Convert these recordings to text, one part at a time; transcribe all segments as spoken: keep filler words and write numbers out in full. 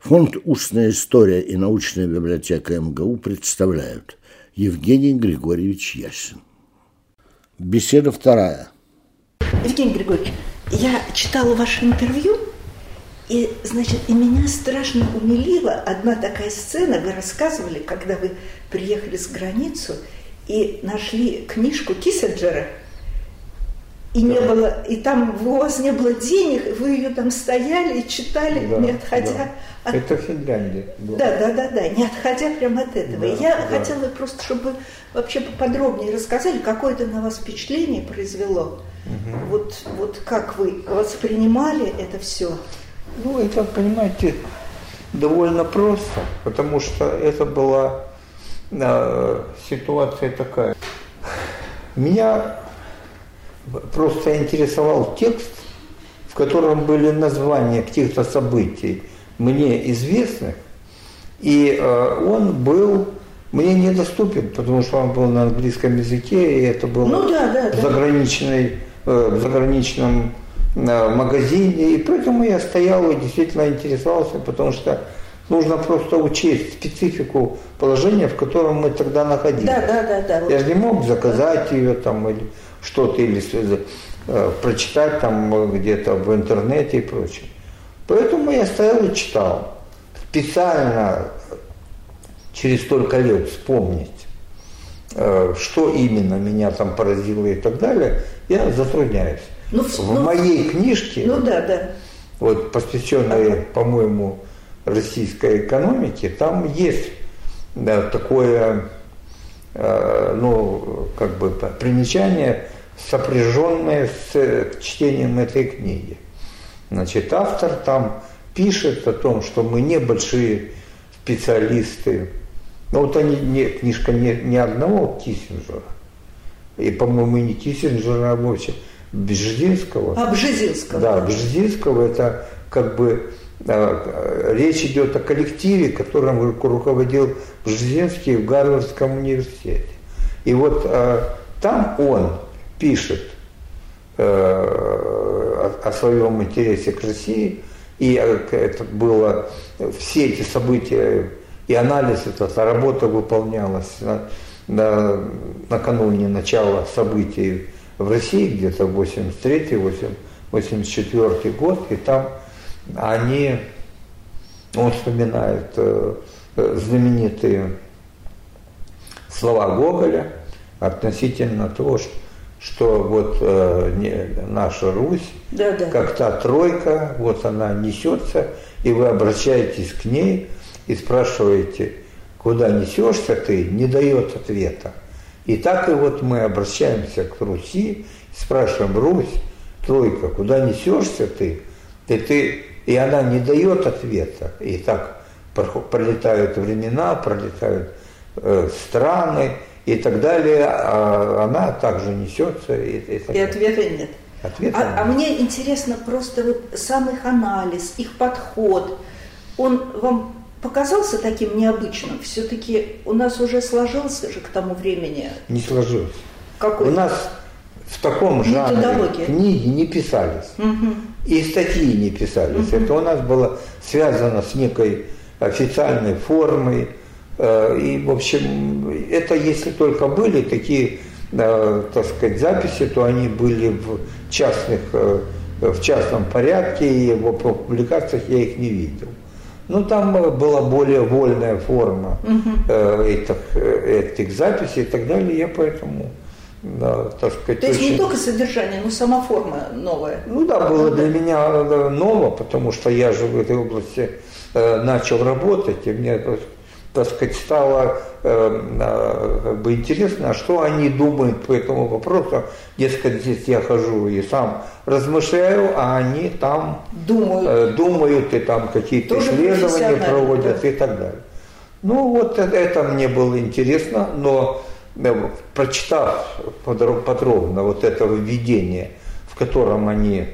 Фонд «Устная история» и научная библиотека эм гэ у представляют Евгений Григорьевич Ясин. Беседа вторая. Евгений Григорьевич, я читала ваше интервью, и, значит, и меня страшно умилила одна такая сцена. Вы рассказывали, когда вы приехали с границу и нашли книжку Киссинджера, и не да. было, и там у вас не было денег, вы ее там стояли и читали, да, не отходя да. от... Это Финляндия. Да. да, да, да, да, не отходя прямо от этого. Да, и я да. хотела просто, чтобы вы вообще поподробнее рассказали, какое это на вас впечатление произвело. Угу. Вот, вот как вы воспринимали это все? Ну, это, понимаете, довольно просто, потому что это была э, ситуация такая. Меня просто интересовал текст, в котором были названия каких-то событий мне известных, и э, он был мне недоступен, потому что он был на английском языке, и это было ну, да, да, в, заграничной, э, в заграничном э, магазине, и поэтому я стоял и действительно интересовался, потому что нужно просто учесть специфику положения, в котором мы тогда находились. Да, да, да, да. Я же не мог заказать ее там или что-то, или э, прочитать там где-то в интернете и прочее. Поэтому я стоял и читал. Специально через столько лет вспомнить, э, что именно меня там поразило и так далее, я затрудняюсь. Ну, в ну, моей книжке, ну, да, да. вот, посвященной, ага. по-моему, российской экономике, там есть да, такое, э, ну, как бы примечание, сопряженное с чтением этой книги. Значит, автор там пишет о том, что мы небольшие специалисты. Ну, вот они, не, книжка не, не одного Киссинджера, и, по-моему, не Киссинджера, а вообще Бжезинского. А, Бжезинского. Да, Бжезинского, это как бы э, речь идет о коллективе, которым руководил Бжезинский в Гарвардском университете. И вот э, там он пишет э, о, о своем интересе к России, и это было, все эти события и анализ, эта работа выполнялась на, на, накануне начала событий в России, где-то восемьдесят третий — восемьдесят четвёртый год, и там они, он вспоминает э, знаменитые слова Гоголя относительно того, что что вот э, не, наша Русь, да, да. как та тройка, вот она несется, и вы обращаетесь к ней и спрашиваете, куда несешься ты, не дает ответа. И так и вот мы обращаемся к Руси, спрашиваем: Русь, тройка, куда несешься ты? И, ты, и она не дает ответа. И так пролетают времена, пролетают э, страны, и так далее, а она также несется. И, и, и ответа нет. Ответа а, нет. А мне интересно просто вот сам их анализ, их подход, он вам показался таким необычным? Все-таки у нас уже сложился же к тому времени. Не сложился. Какой? У нас в таком жанре книги не писались. Угу. И статьи не писались. Угу. Это у нас было связано с некой официальной формой. И, в общем, это если только были такие, так сказать, записи, то они были в частных, в частном порядке, и в публикациях я их не видел. Но там была более вольная форма uh-huh. этих, этих записей и так далее, я поэтому, да, так сказать... То есть очень... не только содержание, но сама форма новая? Ну да, было для меня ново, потому что я же в этой области начал работать, и мне... так сказать, стало э, как бы интересно, что они думают по этому вопросу. Дескать, здесь я хожу и сам размышляю, а они там думают, э, думают и там какие-то тоже исследования проводят, да. и так далее. Ну вот это, это мне было интересно, но э, прочитав подробно вот это введение, в котором они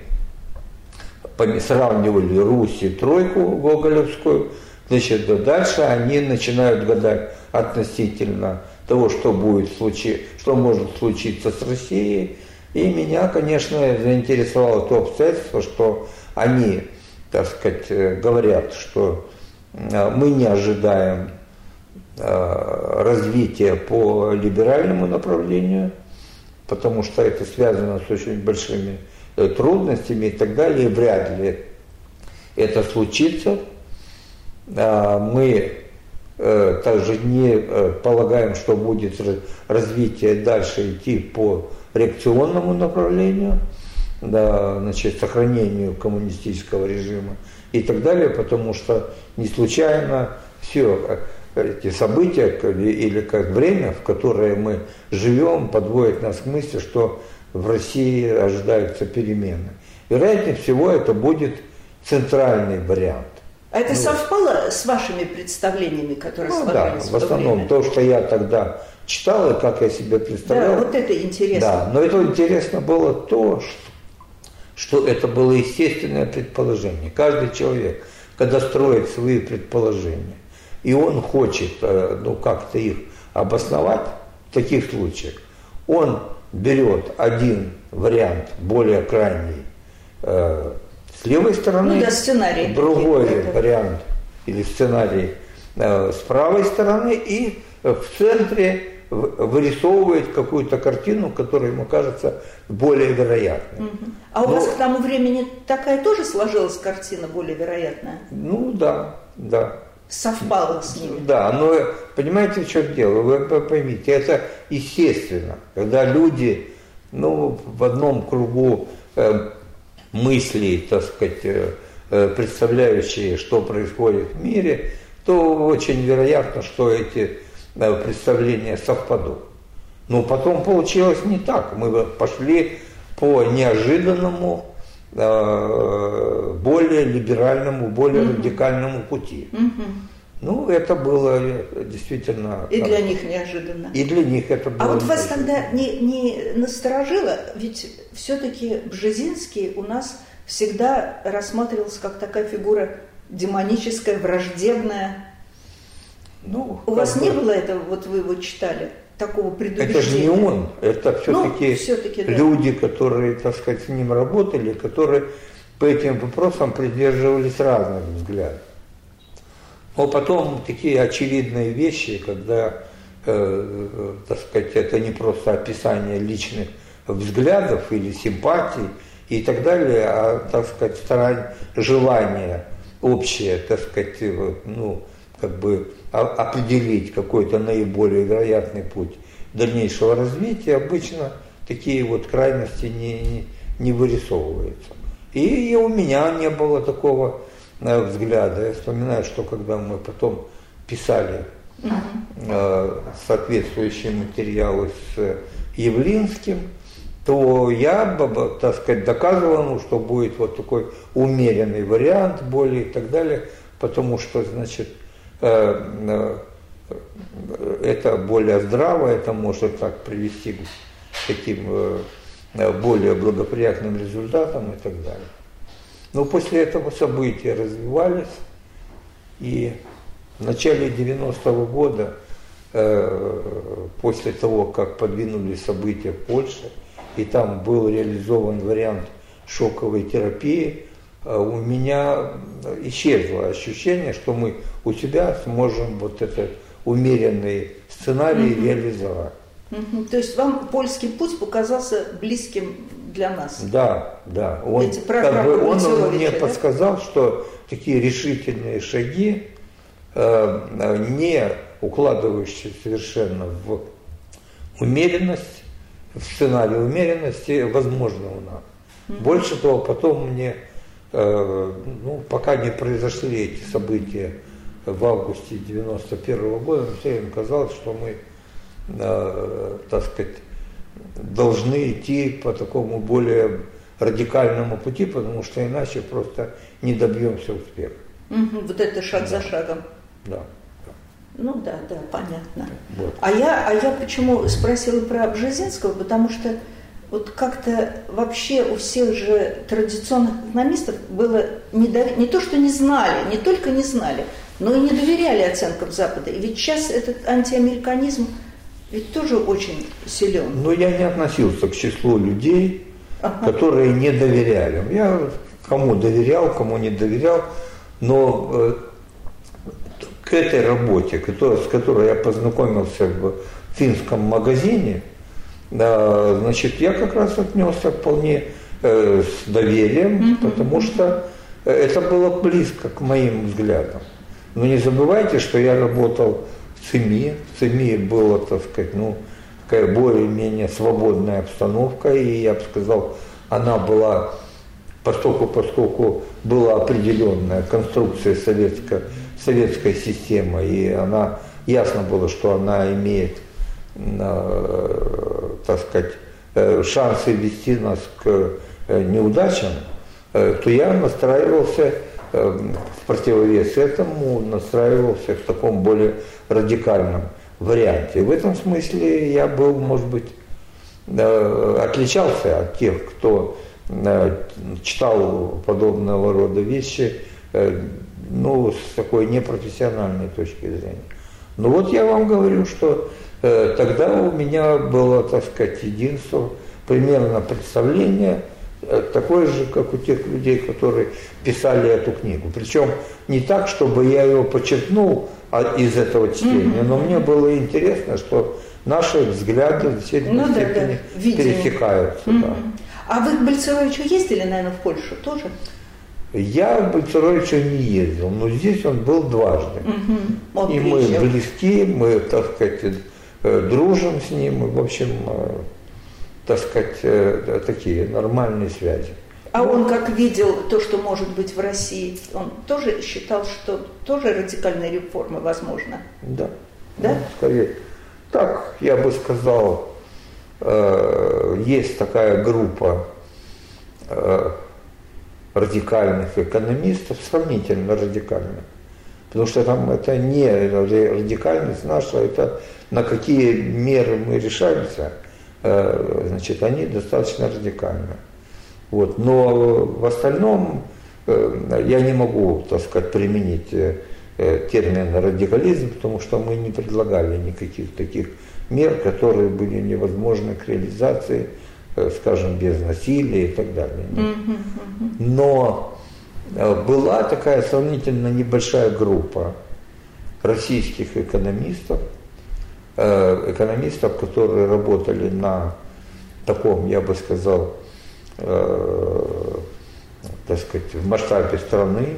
сравнивали Русь и тройку гоголевскую, значит, дальше они начинают гадать относительно того, что будет случи... что может случиться с Россией. И меня, конечно, заинтересовало то обстоятельство, что они, так сказать, говорят, что мы не ожидаем развития по либеральному направлению, потому что это связано с очень большими трудностями и так далее, и вряд ли это случится. Мы также не полагаем, что будет развитие дальше идти по реакционному направлению, да, значит, сохранению коммунистического режима и так далее, потому что не случайно все эти события или как время, в которое мы живем, подводит нас к мысли, что в России ожидаются перемены. Вероятнее всего, это будет центральный вариант. А это ну, совпало с вашими представлениями, которые ну, сложились да, в основном время? То, что я тогда читал и как я себе представлял. Да, вот это интересно. Да, но это интересно было то, что, что это было естественное предположение. Каждый человек, когда строит свои предположения, и он хочет ну, как-то их обосновать в таких случаях, он берет один вариант, более крайний, э, с левой стороны, ну, да, сценарий другой такие, вариант или сценарий э, с правой стороны, и в центре вырисовывает какую-то картину, которая ему кажется более вероятной. Угу. А у ну, вас к тому времени такая тоже сложилась картина более вероятная? Ну да, да. Совпало с ними? Да, но понимаете, в чем дело? Вы поймите, это естественно, когда люди, ну, в одном кругу э, мыслей, так сказать, э, представляющие, что происходит в мире, то очень вероятно, что эти э, представления совпадут. Но потом получилось не так. Мы пошли по неожиданному, э, более либеральному, более mm-hmm. радикальному пути. Mm-hmm. Ну, это было действительно... И для них неожиданно. И для них это было... А вот вас тогда не, не насторожило? Ведь все-таки Бжезинский у нас всегда рассматривался как такая фигура демоническая, враждебная. Ну, у вас бы... не было этого, вот вы его читали, такого предубеждения? Это же не он, это все-таки, ну, все-таки люди, да. которые, так сказать, с ним работали, которые по этим вопросам придерживались разных взглядов. Но потом такие очевидные вещи, когда, э, так сказать, это не просто описание личных взглядов или симпатий и так далее, а, так сказать, старание, желание общее, так сказать, ну, как бы определить какой-то наиболее вероятный путь дальнейшего развития, обычно такие вот крайности не, не, не вырисовываются. И у меня не было такого взгляда. Я вспоминаю, что когда мы потом писали э, соответствующие материалы с Явлинским, то я, так сказать, доказывал ему, что будет вот такой умеренный вариант, более и так далее, потому что, значит, э, э, это более здраво, это может так привести к таким э, более благоприятным результатам и так далее. Но после этого события развивались, и в начале девяностого года, э, после того, как подвинулись события в Польше, и там был реализован вариант шоковой терапии, э, у меня исчезло ощущение, что мы у себя сможем вот этот умеренный сценарий mm-hmm. реализовать. Mm-hmm. То есть вам польский путь показался близким для нас? Да, да. Он, Эти как бы, он мне да? подсказал, что такие решительные шаги, э, не укладывающие совершенно в умеренность, в сценарий умеренности, возможно у нас. Mm-hmm. Больше того, потом мне, э, ну, пока не произошли эти события в августе девяносто первого года, мне все время казалось, что мы, э, так сказать, должны идти по такому более радикальному пути, потому что иначе просто не добьемся успеха. Угу, вот это шаг да. за шагом. Да. да. Ну да, да, понятно. Вот. А я, а я почему спросила про Бжезинского, потому что вот как-то вообще у всех же традиционных экономистов было не, дов... не то, что не знали, не только не знали, но и не доверяли оценкам Запада. И ведь сейчас этот антиамериканизм ведь тоже очень силен. Но я не относился к числу людей, ага. которые не доверяли. Я кому доверял, кому не доверял, но к этой работе, который, с которой я познакомился в финском магазине, э, значит, я как раз отнесся вполне э, с доверием, mm-hmm. потому что это было близко к моим взглядам. Но не забывайте, что я работал в ЦИМИ. В ЦИМИ была, так сказать, ну, такая более-менее свободная обстановка, и я бы сказал, она была, поскольку, поскольку была определенная конструкция советской, советской системы, и она, ясно было, что она имеет, э, так сказать, э, шансы вести нас к э, неудачам, э, то я настраивался в противовес этому, настраивался в таком более радикальном варианте. В этом смысле я был, может быть, отличался от тех, кто читал подобного рода вещи, ну, с такой непрофессиональной точки зрения. Но вот я вам говорю, что тогда у меня было, так сказать, единство, примерно представление такое же, как у тех людей, которые писали эту книгу. Причем не так, чтобы я его подчеркнул из этого чтения, mm-hmm. но мне было интересно, что наши взгляды в значительной ну, степени да, да. пересекаются. Mm-hmm. Да. А вы к Бальцеровичу ездили, наверное, в Польшу тоже? Я к Бальцеровичу не ездил, но здесь он был дважды. Mm-hmm. И мы близки, мы, так сказать, дружим с ним, и, в общем, так сказать, такие нормальные связи. А он как видел то, что может быть в России, он тоже считал, что тоже радикальная реформа возможна? Да. Да? Ну, скорее. Так, я бы сказал, э, есть такая группа э, радикальных экономистов, сравнительно радикальных, потому что там это не радикальность наша, это на какие меры мы решаемся, значит, они достаточно радикальны. Вот. Но в остальном я не могу, так сказать, применить термин радикализм, потому что мы не предлагали никаких таких мер, которые были невозможны к реализации, скажем, без насилия и так далее. Но была такая сравнительно небольшая группа российских экономистов, экономистов, которые работали на таком, я бы сказал, э, так сказать, в масштабе страны,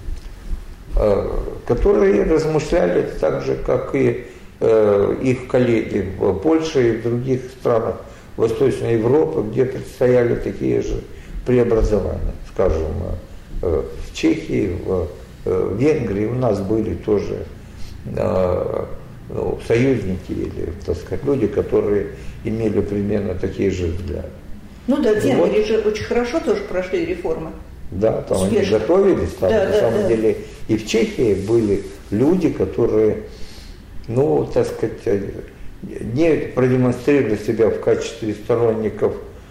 э, которые размышляли так же, как и э, их коллеги в Польше и в других странах Восточной Европы, где предстояли такие же преобразования. Скажем, э, в Чехии, в э, Венгрии у нас были тоже э, ну, союзники или, так сказать, люди, которые имели примерно такие же взгляды. Ну да, в Венгрии вот. же очень хорошо тоже прошли реформы. Да, там Успешно. Они готовились, там да, на да, самом да. деле и в Чехии были люди, которые, ну, так сказать, не продемонстрировали себя в качестве сторонников,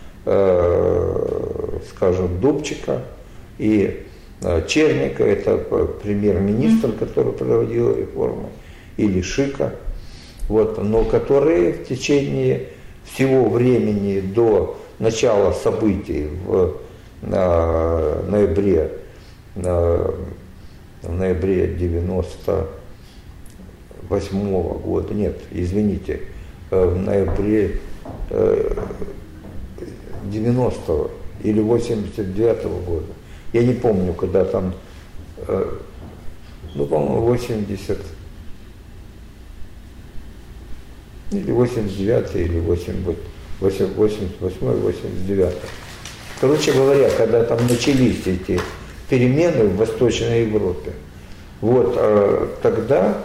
э, скажем, Дубчика и э, Черника, это премьер-министр, mm-hmm. который проводил реформу, или Шика, вот, но которые в течение всего времени до начала событий в на, ноябре, на, в ноябре девяносто восьмого года, нет, извините, в ноябре девяностого или восемьдесят девятого года, я не помню, когда там, ну, по-моему, восемьдесят или восемьдесят девятый, или восемьдесят восьмой, восемьдесят девятый. Короче говоря, когда там начались эти перемены в Восточной Европе, вот э, тогда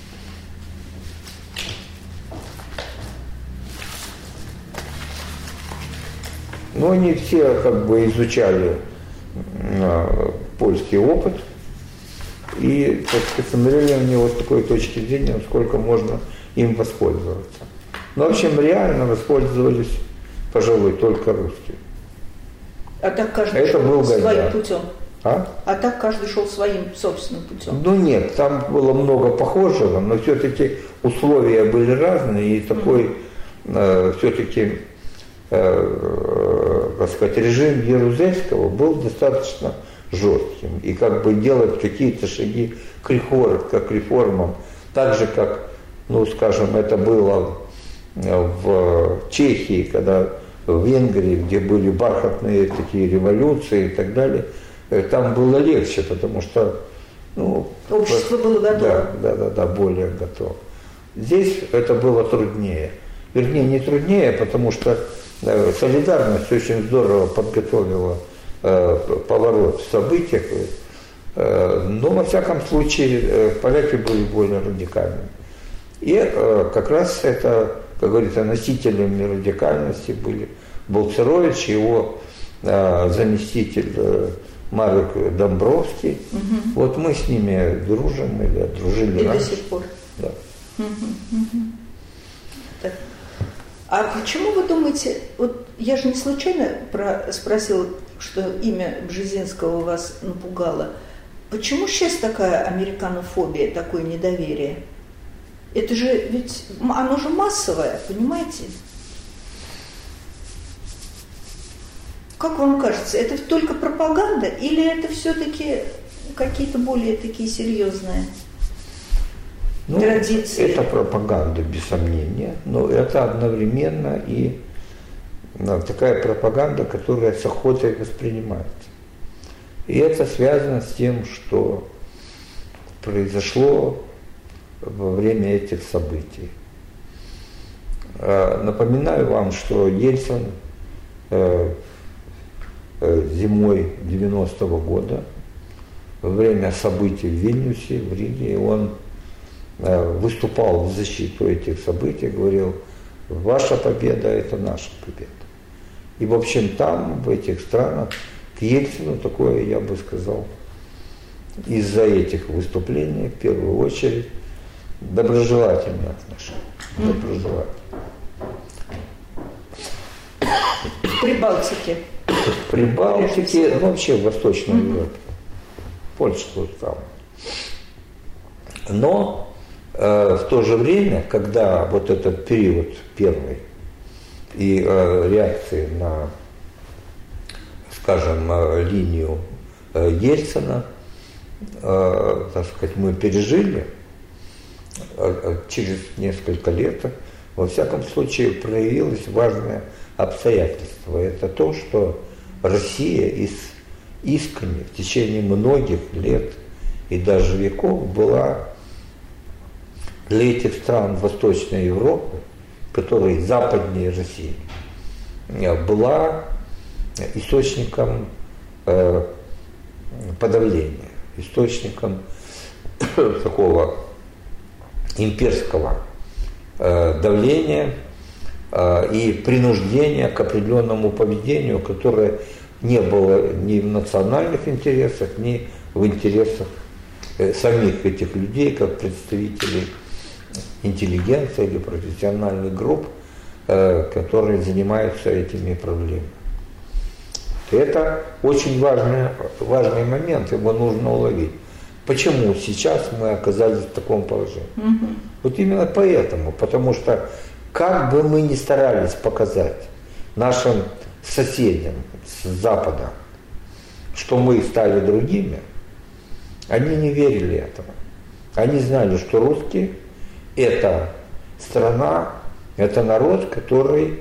ну, они все как бы изучали э, польский опыт и, так сказать, смотрели на него с такой точки зрения, сколько можно им воспользоваться. Но, в общем, реально воспользовались, пожалуй, только русские. А так каждый Это шел своим путем? А? а так каждый шел своим собственным путем? Ну нет, там было много похожего, но все-таки условия были разные, и такой mm-hmm. э, все-таки, э, так сказать, режим Ярузельского был достаточно жестким и как бы делать какие-то шаги к реформам, как реформам, так же, как, ну, скажем, это было в Чехии, когда в Венгрии, где были бархатные такие революции и так далее, там было легче, потому что, ну, общество было готово. Да, да, да, да, более готово. Здесь это было труднее. Вернее, не труднее, потому что солидарность очень здорово подготовила э, поворот в событиях, э, но во всяком случае э, поляки были более радикальными. И э, как раз это, как говорится, носителями радикальности были Балцерович и его э, заместитель э, Марек Домбровский. Угу. Вот мы с ними дружим или дружили и раньше. До сих пор. Да. Угу, угу. Так. А почему вы думаете, вот я же не случайно про, спросила, что имя Бжезинского вас напугало. Почему сейчас такая американофобия, такое недоверие? Это же ведь, оно же массовое, понимаете? Как вам кажется, это только пропаганда или это все-таки какие-то более такие серьезные? Ну, традиции. Это пропаганда, без сомнения, но это одновременно и ну, такая пропаганда, которая с охотой воспринимается. И это связано с тем, что произошло во время этих событий. Напоминаю вам, что Ельцин зимой девяностого года, во время событий в Вильнюсе, в Риге, он выступал в защиту этих событий, говорил, ваша победа – это наша победа. И, в общем, там, в этих странах, к Ельцину такое, я бы сказал, из-за этих выступлений, в первую очередь, доброжелательные отношения. Доброжелательные. В Прибалтике. В Прибалтике, ну, вообще в Восточной mm-hmm. Европе. Польша тоже там. Но э, в то же время, когда вот этот период первый и э, реакции на, скажем, э, линию э, Ельцина, э, так сказать, мы пережили, э, через несколько лет, во всяком случае, проявилось важное обстоятельство. Это то, что Россия из искренне в течение многих лет и даже веков была для этих стран Восточной Европы, которые западнее России, была источником э, подавления, источником такого имперского э, давления э, и принуждения к определенному поведению, которое не было ни в национальных интересах, ни в интересах э, самих этих людей, как представителей интеллигенции или профессиональных групп, э, которые занимаются этими проблемами. Это очень важный, важный момент, его нужно уловить. Почему сейчас мы оказались в таком положении? Mm-hmm. Вот именно поэтому, потому что как бы мы ни старались показать нашим соседям с Запада, что мы стали другими, они не верили этому. Они знали, что русские – это страна, это народ, который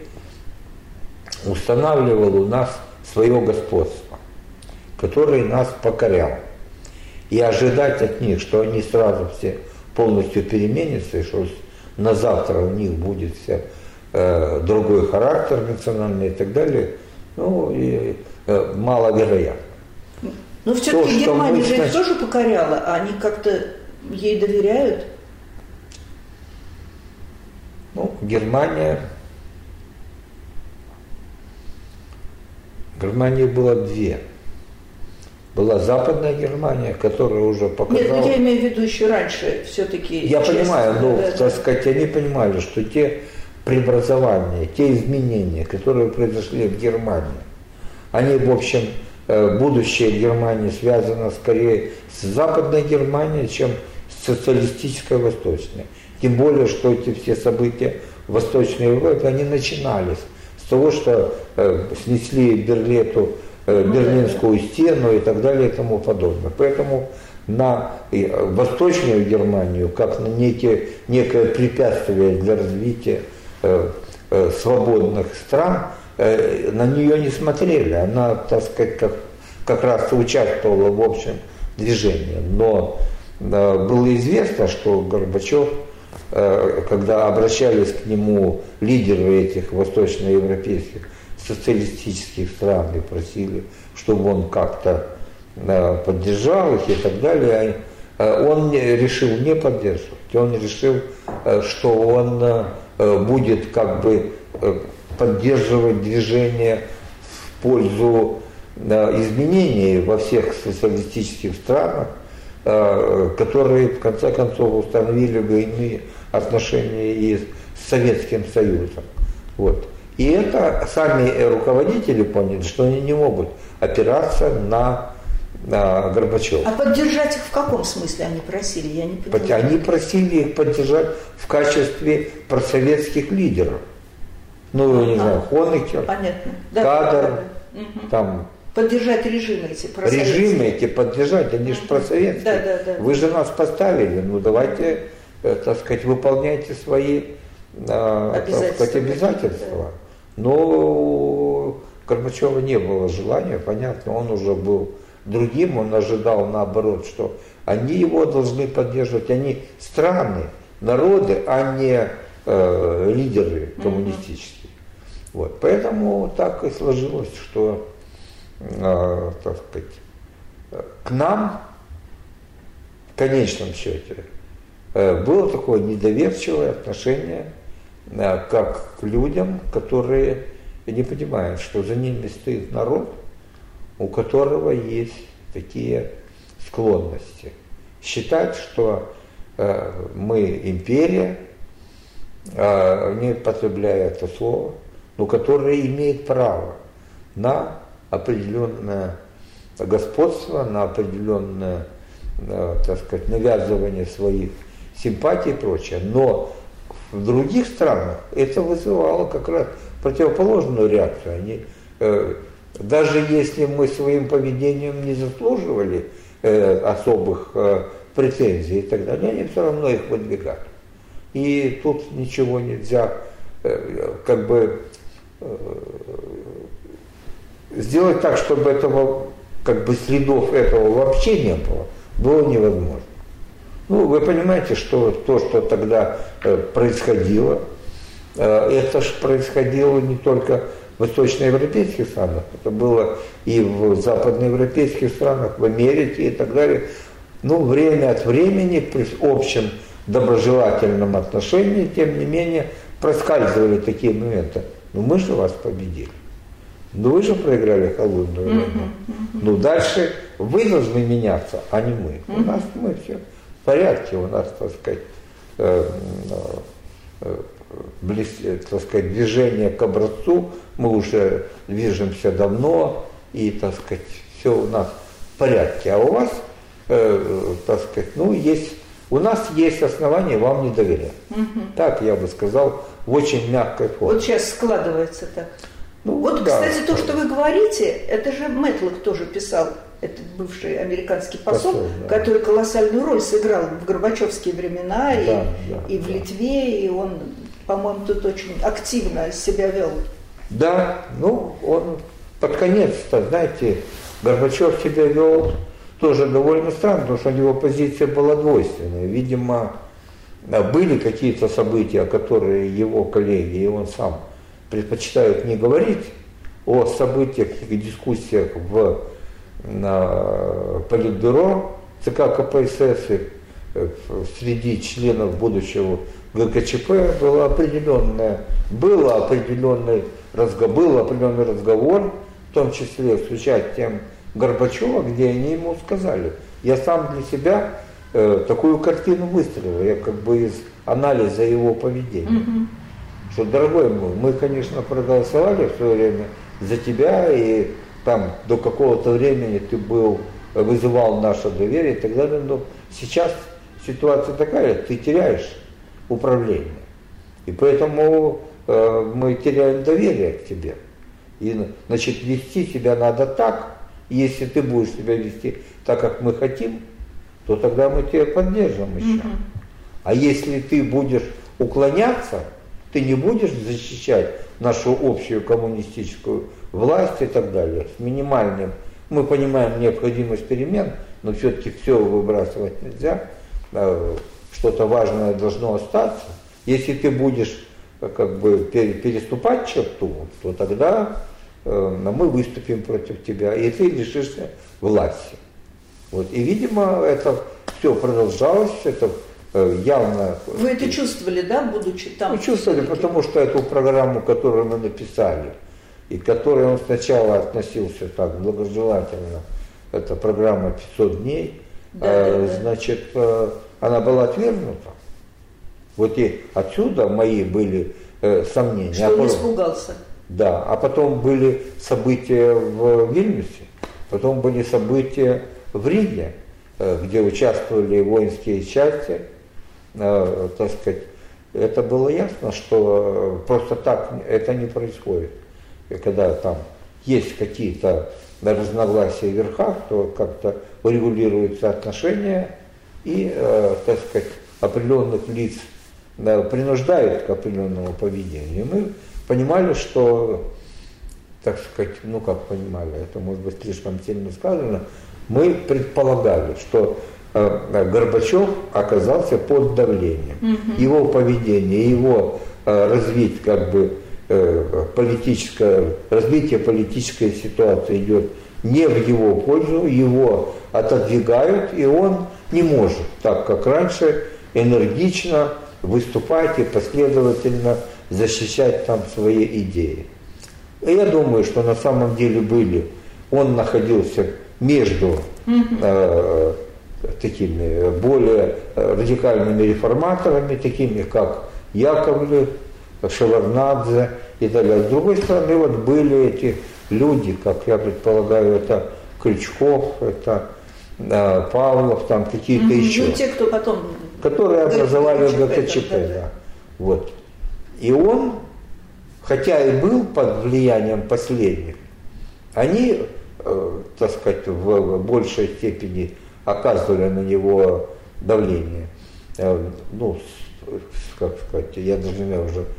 устанавливал у нас свое господство, который нас покорял. И ожидать от них, что они сразу все полностью переменятся, и что на завтра у них будет все, э, другой характер национальный и так далее, ну, и, э, маловероятно. Но все-таки Германия же их тоже покоряла, а они как-то ей доверяют? Ну, Германия... Германии было две. Была Западная Германия, которая уже показала... Нет, я имею в виду еще раньше все-таки... Я понимаю, но, да, так сказать, они понимали, что те преобразования, те изменения, которые произошли в Германии, они, в общем, будущее Германии связано скорее с Западной Германией, чем с социалистической Восточной. Тем более, что эти все события в Восточной Европе, они начинались с того, что э, снесли Берлету Берлинскую стену и так далее и тому подобное. Поэтому на Восточную Германию, как на некие, некое препятствие для развития э, э, свободных стран, э, на нее не смотрели. Она, так сказать, как, как раз участвовала в общем движении. Но э, было известно, что Горбачев, э, когда обращались к нему лидеры этих восточноевропейских социалистических стран и просили, чтобы он как-то поддержал их и так далее, он решил не поддерживать. Он решил, что он будет как бы поддерживать движение в пользу изменений во всех социалистических странах, которые в конце концов установили бы иные отношения и с Советским Союзом. Вот. И это сами руководители поняли, что они не могут опираться на, на Горбачева. А поддержать их в каком смысле они просили? Я не понимаю. Они просили их поддержать в качестве просоветских лидеров. Ну, я не знаю, Хонекер, понятно. Да, Кадр, да, да. Угу. Там... Поддержать режимы эти просоветские. Режимы эти поддержать, они же просоветские. Да, да, да. Вы же нас поставили, ну давайте, так сказать, выполняйте свои обязательства. Так сказать, обязательства. Да. Но у Горбачева не было желания, понятно, он уже был другим, он ожидал наоборот, что они его должны поддерживать, они страны, народы, а не э, лидеры коммунистические. Mm-hmm. Вот, поэтому так и сложилось, что, э, так сказать, к нам, в конечном счете, э, было такое недоверчивое отношение как к людям, которые не понимают, что за ними стоит народ, у которого есть такие склонности. Считать, что э, мы империя, э, не потребляя это слово, но которая имеет право на определенное господство, на определенное, э, так сказать, навязывание своих симпатий и прочее. Но в других странах это вызывало как раз противоположную реакцию. Они, э, даже если мы своим поведением не заслуживали э, особых э, претензий и так далее, они все равно их выдвигали. И тут ничего нельзя э, как бы э, сделать так, чтобы этого, как бы следов этого вообще не было, было невозможно. Ну, вы понимаете, что то, что тогда э, происходило, э, это же происходило не только в восточноевропейских странах, это было и в западноевропейских странах, в Америке и так далее. Ну, время от времени, при общем доброжелательном отношении, тем не менее, проскальзывали такие моменты. Ну, мы же вас победили. Ну, вы же проиграли холодную войну. Mm-hmm. Mm-hmm. Ну, дальше вы должны меняться, а не мы. Mm-hmm. У нас мы все в порядке, у нас, так сказать, э, э, близ, так сказать, движение к образцу, мы уже движемся давно, и, так сказать, все у нас в порядке. А у вас, э, так сказать, ну, есть, у нас есть основания вам не доверять. Mm-hmm. Так я бы сказал, в очень мягкой форме. Вот сейчас складывается так. Ну, вот, да, кстати, то, да. что вы говорите, это же Мэтлок тоже писал, этот бывший американский посол, посол да. который колоссальную роль сыграл в горбачевские времена, да, и, да, и в да. Литве, и он, по-моему, тут очень активно себя вел. Да, ну, он под конец-то, знаете, Горбачев себя вел тоже довольно странно, потому что у него позиция была двойственная. Видимо, были какие-то события, которые его коллеги и он сам предпочитают не говорить о событиях и дискуссиях в на Политбюро ЦК КПСС среди членов будущего ГКЧП было определенное, было определенный разговор, был определенный разговор, в том числе с участием Горбачева, где они ему сказали. Я сам для себя э, такую картину выстроил, я как бы из анализа его поведения. Mm-hmm. Что, дорогой мой, мы, конечно, проголосовали в свое время за тебя, и там до какого-то времени ты был, вызывал наше доверие и так далее, но сейчас ситуация такая, ты теряешь управление. И поэтому э, мы теряем доверие к тебе. И, значит, вести себя надо так, и если ты будешь себя вести так, как мы хотим, то тогда мы тебя поддержим еще. Mm-hmm. А если ты будешь уклоняться, ты не будешь защищать нашу общую коммунистическую власть и так далее, с минимальным. Мы понимаем необходимость перемен, но все-таки все выбрасывать нельзя, что-то важное должно остаться. Если ты будешь как бы переступать черту, то тогда мы выступим против тебя, и ты лишишься власти. Вот. И, видимо, это все продолжалось, это явно... Вы это чувствовали, да, будучи там? Мы чувствовали, потому что эту программу, которую мы написали, и к которой он сначала относился так благожелательно, это программа пятьсот дней, да, э, да, значит, э, она была отвергнута. Вот и отсюда мои были э, сомнения. Что он испугался. Да, а потом были события в Вильнюсе, потом были события в Риге, э, где участвовали воинские части, э, так сказать. Это было ясно, что просто так это не происходит. И когда там есть какие-то разногласия в верхах, то как-то урегулируются отношения и, э, так сказать, определенных лиц э, принуждают к определенному поведению. Мы понимали, что, так сказать, ну как понимали, это может быть слишком сильно сказано, мы предполагали, что э, Горбачев оказался под давлением. Mm-hmm. Его поведение, его э, развить как бы политическое, развитие политической ситуации идет не в его пользу, его отодвигают, и он не может, так как раньше, энергично выступать и последовательно защищать там свои идеи. И я думаю, что на самом деле были, он находился между э, такими более радикальными реформаторами, такими как Яковлев, Шеварднадзе и так далее. С другой стороны, вот были эти люди, как я предполагаю, это Крючков, это э, Павлов, там какие-то mm-hmm. еще. Ну, те, кто потом... Которые образовали ГКЧП, да, да. Вот. И он, хотя и был под влиянием последних, они, э, так сказать, в большей степени оказывали на него давление. Э, ну, с, как сказать, я даже не знаю уже,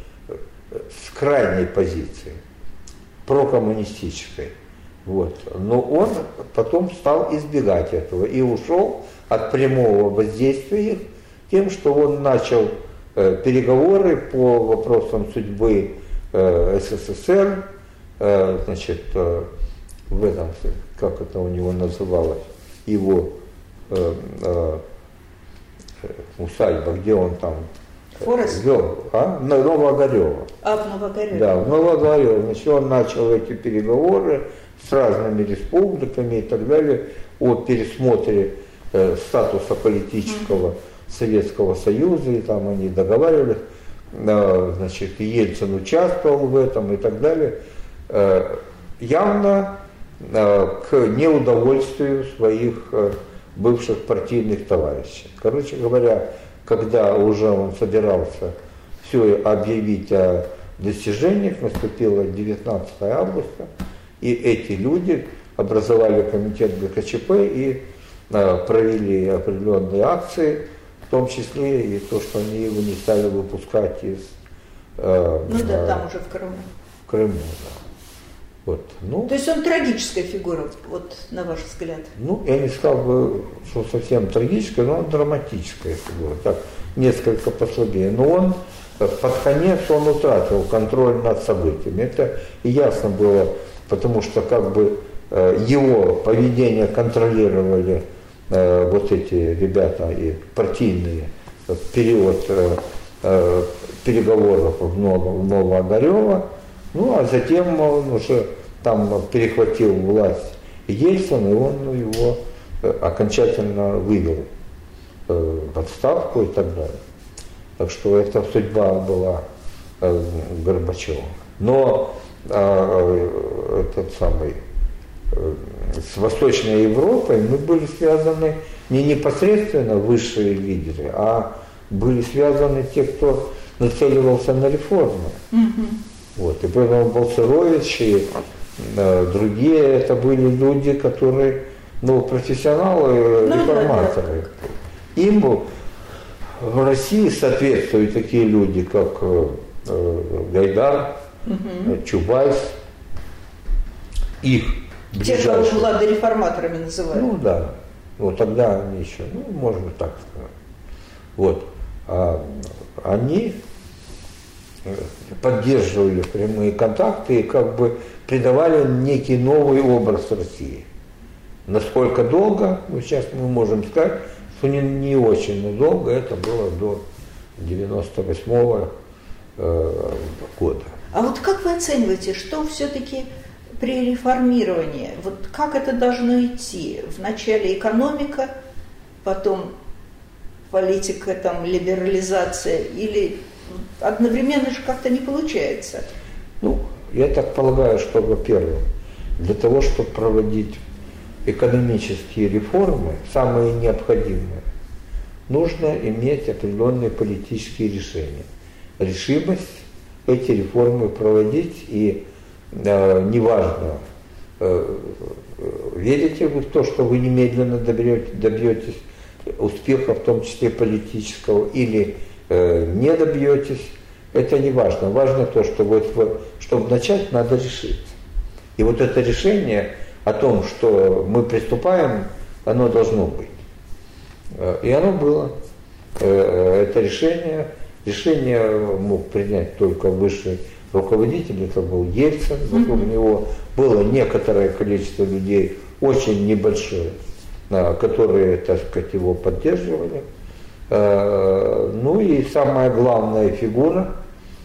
с крайней позиции, прокоммунистической. Вот. Но он потом стал избегать этого и ушел от прямого воздействия тем, что он начал э, переговоры по вопросам судьбы э, СССР, э, значит, э, в этом, как это у него называлось, его э, э, усадьба, где он там Форест? Вел, а? Новогорево. А, в Новогорево. Да, в Новогорево. Значит, он начал эти переговоры с разными республиками и так далее о пересмотре э, статуса политического mm-hmm. Советского Союза, и там они договаривались, э, значит, и Ельцин участвовал в этом и так далее, э, явно э, к неудовольствию своих э, бывших партийных товарищей. Короче говоря, когда уже он собирался все объявить о достижениях, наступило девятнадцатое августа, и эти люди образовали комитет ГКЧП и э, провели определенные акции, в том числе и то, что они его не стали выпускать из... Э, ну да, э, там уже в Крыму. В Крыму, да. Вот, ну, то есть он трагическая фигура, вот на ваш взгляд? Ну, я не сказал бы, что совсем трагическая, но он драматическая фигура, так, несколько послабее. Но он под конец он утратил контроль над событиями. Это и ясно было, потому что как бы его поведение контролировали вот эти ребята и партийные в период переговоров в Новоогарево. Ну, а затем он уже там перехватил власть Ельцин, и он его окончательно вывел в отставку и так далее. Так что эта судьба была Горбачева. Но э, этот самый, э, с Восточной Европой мы были связаны не непосредственно высшие лидеры, а были связаны те, кто нацеливался на реформы. Mm-hmm. Вот. И поэтому Балцерович и э, другие это были люди, которые, ну, профессионалы, ну, реформаторы. Да, да. Им в России соответствуют такие люди, как э, э, Гайдар, угу. Чубайс, их те, кого влады реформаторами называют. Ну да, вот тогда они еще, ну, можно так сказать. Вот. А они поддерживали прямые контакты и как бы придавали некий новый образ России. Насколько долго, ну, сейчас мы можем сказать, что не, не очень долго, это было до девяносто восьмого э, года. А вот как вы оцениваете, что все-таки при реформировании, вот как это должно идти? Вначале экономика, потом политика, там, либерализация, или одновременно же как-то не получается? Ну, я так полагаю, что, во-первых, для того, чтобы проводить экономические реформы, самые необходимые, нужно иметь определенные политические решения. Решимость эти реформы проводить, и э, неважно, э, верите вы в то, что вы немедленно добьете, добьетесь успеха, в том числе политического, или э, не добьетесь, это не важно. Важно то, что вот, чтобы начать, надо решить. И вот это решение о том, что мы приступаем, оно должно быть. И оно было. Это решение, решение мог принять только высший руководитель, это был Ельцин, вокруг mm-hmm. него было некоторое количество людей, очень небольшое, которые, так сказать, его поддерживали. Ну и самая главная фигура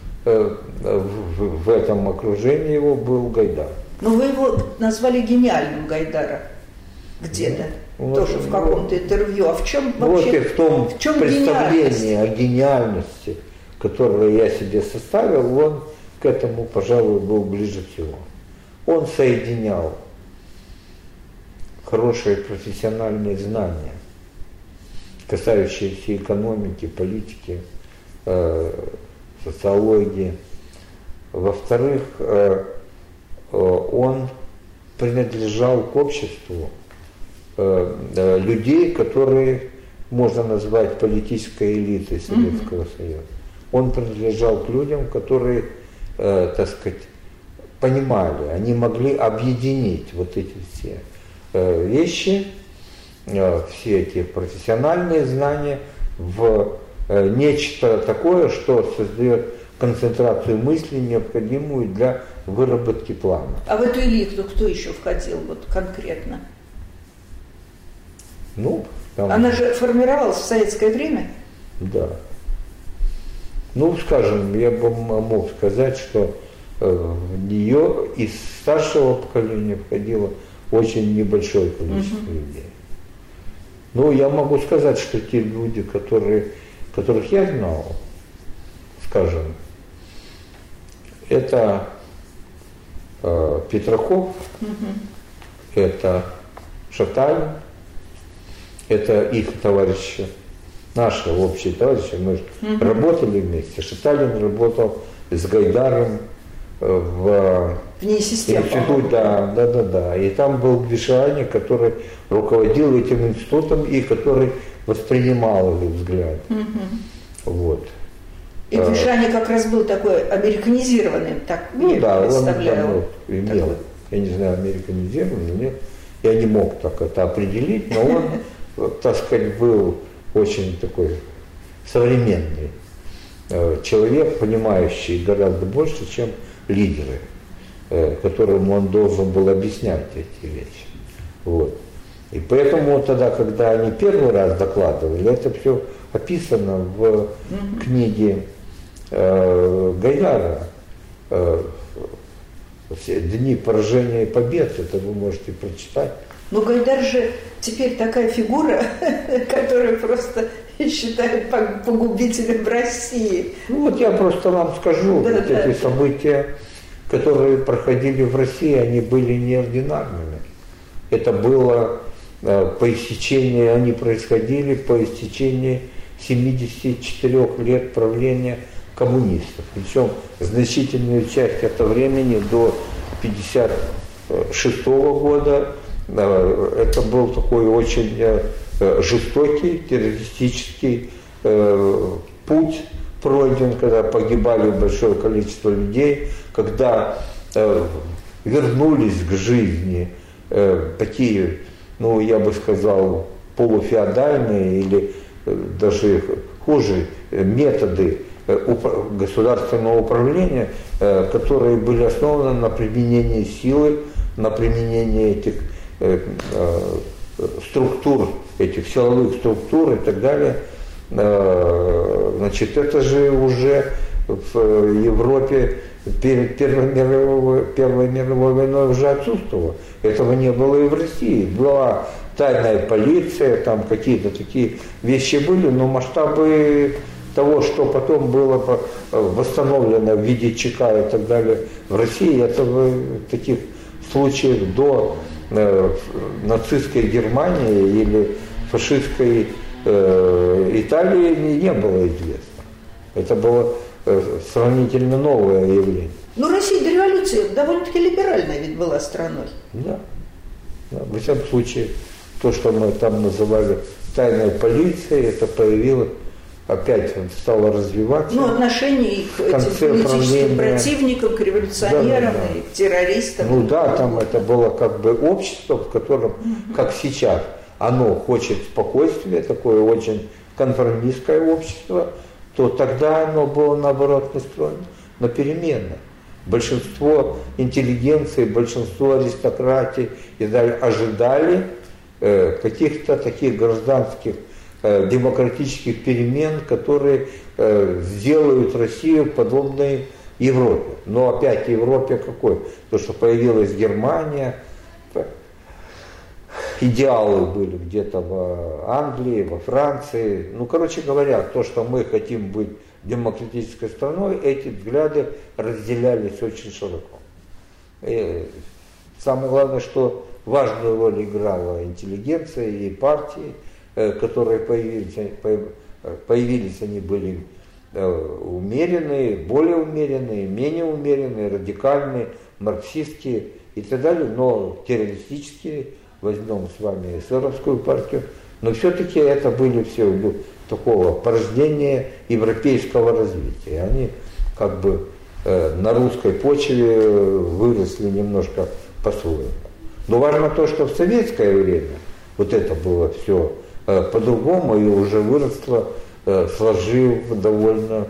в этом окружении его был Гайдар. Но вы его назвали гениальным, Гайдара, где-то, ну, тоже вот, в каком-то интервью. А в чем вообще? Вот и в том в чем представлении о гениальности, которое я себе составил, он к этому, пожалуй, был ближе всего. Он соединял хорошие профессиональные знания, касающиеся экономики, политики, э, социологии. Во-вторых, э, он принадлежал к обществу э, э, людей, которые можно назвать политической элитой Советского mm-hmm. Союза. Он принадлежал к людям, которые, э, так сказать, понимали, они могли объединить вот эти все э, вещи, э, все эти профессиональные знания в э, нечто такое, что создает концентрацию мысли, необходимую для выработки плана. А в эту элиту кто еще входил вот конкретно? Ну, там... Она же формировалась в советское время? Да. Ну, скажем, я бы мог сказать, что в нее из старшего поколения входило очень небольшое количество угу. людей. Ну, я могу сказать, что те люди, которые, которых я знал, скажем, это э, Петраков, угу. это Шаталин, это их товарищи, наши общие товарищи, мы же угу. работали вместе. Шаталин работал с Гайдаром в, в институте, да, да, да, да. И там был Гвишани, который руководил этим институтом и который воспринимал их взгляд. Угу. Вот. И Гвишани как раз был такой американизированный, так ну, я да, представляю. Он, он имел, такой. Я не знаю, американизированный, нет. Я не мог так это определить, но он, так сказать, был очень такой современный человек, понимающий гораздо больше, чем лидеры, которым он должен был объяснять эти вещи. Вот. И поэтому тогда, когда они первый раз докладывали, это все описано в mm-hmm. книге э, Гайдара э, «Дни поражения и побед», это вы можете прочитать. Ну, Гайдар же теперь такая фигура, которую просто считают погубителем России. Ну вот я просто вам скажу, да, вот да, эти да. события, которые проходили в России, они были неординарными. Это было э, по истечении, они происходили по истечении семидесяти четырёх лет правления коммунистов. Причем значительную часть этого времени до пятьдесят шестого года это был такой очень жестокий террористический путь пройден, когда погибали большое количество людей, когда вернулись к жизни такие, ну, я бы сказал, полуфеодальные или даже хуже методы государственного управления, которые были основаны на применении силы, на применении этих структур, этих силовых структур и так далее. Значит, это же уже в Европе перед Первой мировой, Первой мировой войной уже отсутствовало. Этого не было и в России. Была тайная полиция, там какие-то такие вещи были, но масштабы того, что потом было восстановлено в виде ЧК и так далее в России, этого таких случаев до э, нацистской Германии или фашистской э, Италии не, не было известно. Это было э, сравнительно новое явление. Но Россия до революции довольно-таки либеральная ведь была страной. Да. Да. В этом случае то, что мы там называли тайной полицией, это появилось, опять стало развиваться. Ну, отношение к этим политическим противникам, к революционерам, да, да, да. и к террористам. Ну да, там это было как бы общество, в котором, как сейчас, оно хочет спокойствия, такое очень конформистское общество, то тогда оно было наоборот настроено на перемены. Большинство интеллигенции, большинство аристократии и далее ожидали э, каких-то таких гражданских демократических перемен, которые э, сделают Россию подобной Европе. Но опять Европе какой? То, что появилась Германия, идеалы были где-то в Англии, во Франции. Ну, короче говоря, то, что мы хотим быть демократической страной, эти взгляды разделялись очень широко. И самое главное, что важную роль играла интеллигенция и партии, которые появились, появились, они были умеренные, более умеренные, менее умеренные, радикальные, марксистские и так далее, но террористические, возьмем с вами эсеровскую партию, но все-таки это были все такого порождения европейского развития. Они как бы на русской почве выросли немножко по-своему. Но важно то, что в советское время вот это было все по-другому и уже выросло, сложив довольно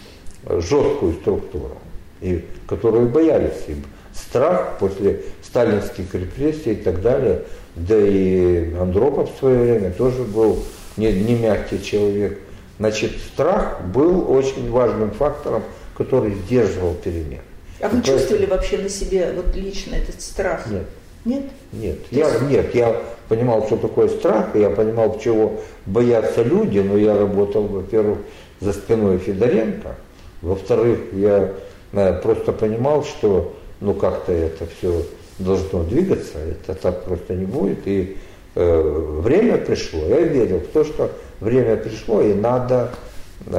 жесткую структуру, и, которую боялись. И страх после сталинских репрессий и так далее, да и Андропов в свое время тоже был не, не мягкий человек. Значит, страх был очень важным фактором, который сдерживал перемены. А вы чувствовали вообще на себе вот лично этот страх? Нет. Нет? Нет. Я, нет, я понимал, что такое страх, и я понимал, чего боятся люди, но я работал, во-первых, за спиной Федоренко, во-вторых, я э, просто понимал, что ну как-то это все должно двигаться, это так просто не будет, и э, время пришло, я верил в то, что время пришло, и надо, э,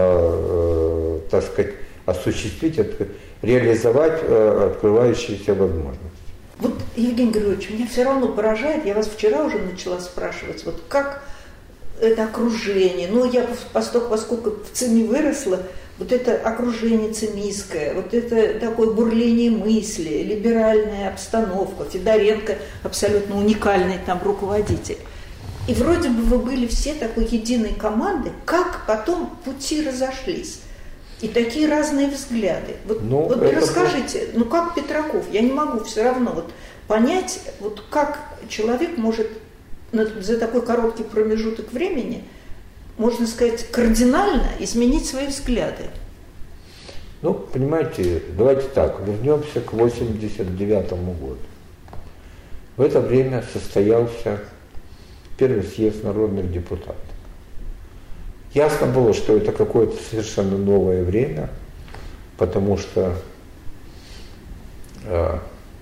э, так сказать, осуществить, реализовать э, открывающиеся возможности. Вот, Евгений Григорьевич, меня все равно поражает, я вас вчера уже начала спрашивать, вот как это окружение, ну я поскольку в ЦИМе выросла, вот это окружение цимистское, вот это такое бурление мысли, либеральная обстановка, Федоренко абсолютно уникальный там руководитель. И вроде бы вы были все такой единой командой, как потом пути разошлись? И такие разные взгляды. Вот, ну, вот расскажите, было... ну как Петраков, я не могу все равно вот понять, вот как человек может за такой короткий промежуток времени, можно сказать, кардинально изменить свои взгляды. Ну, понимаете, давайте так, вернемся к восемьдесят девятому году. В это время состоялся первый съезд народных депутатов. Ясно было, что это какое-то совершенно новое время, потому что, э,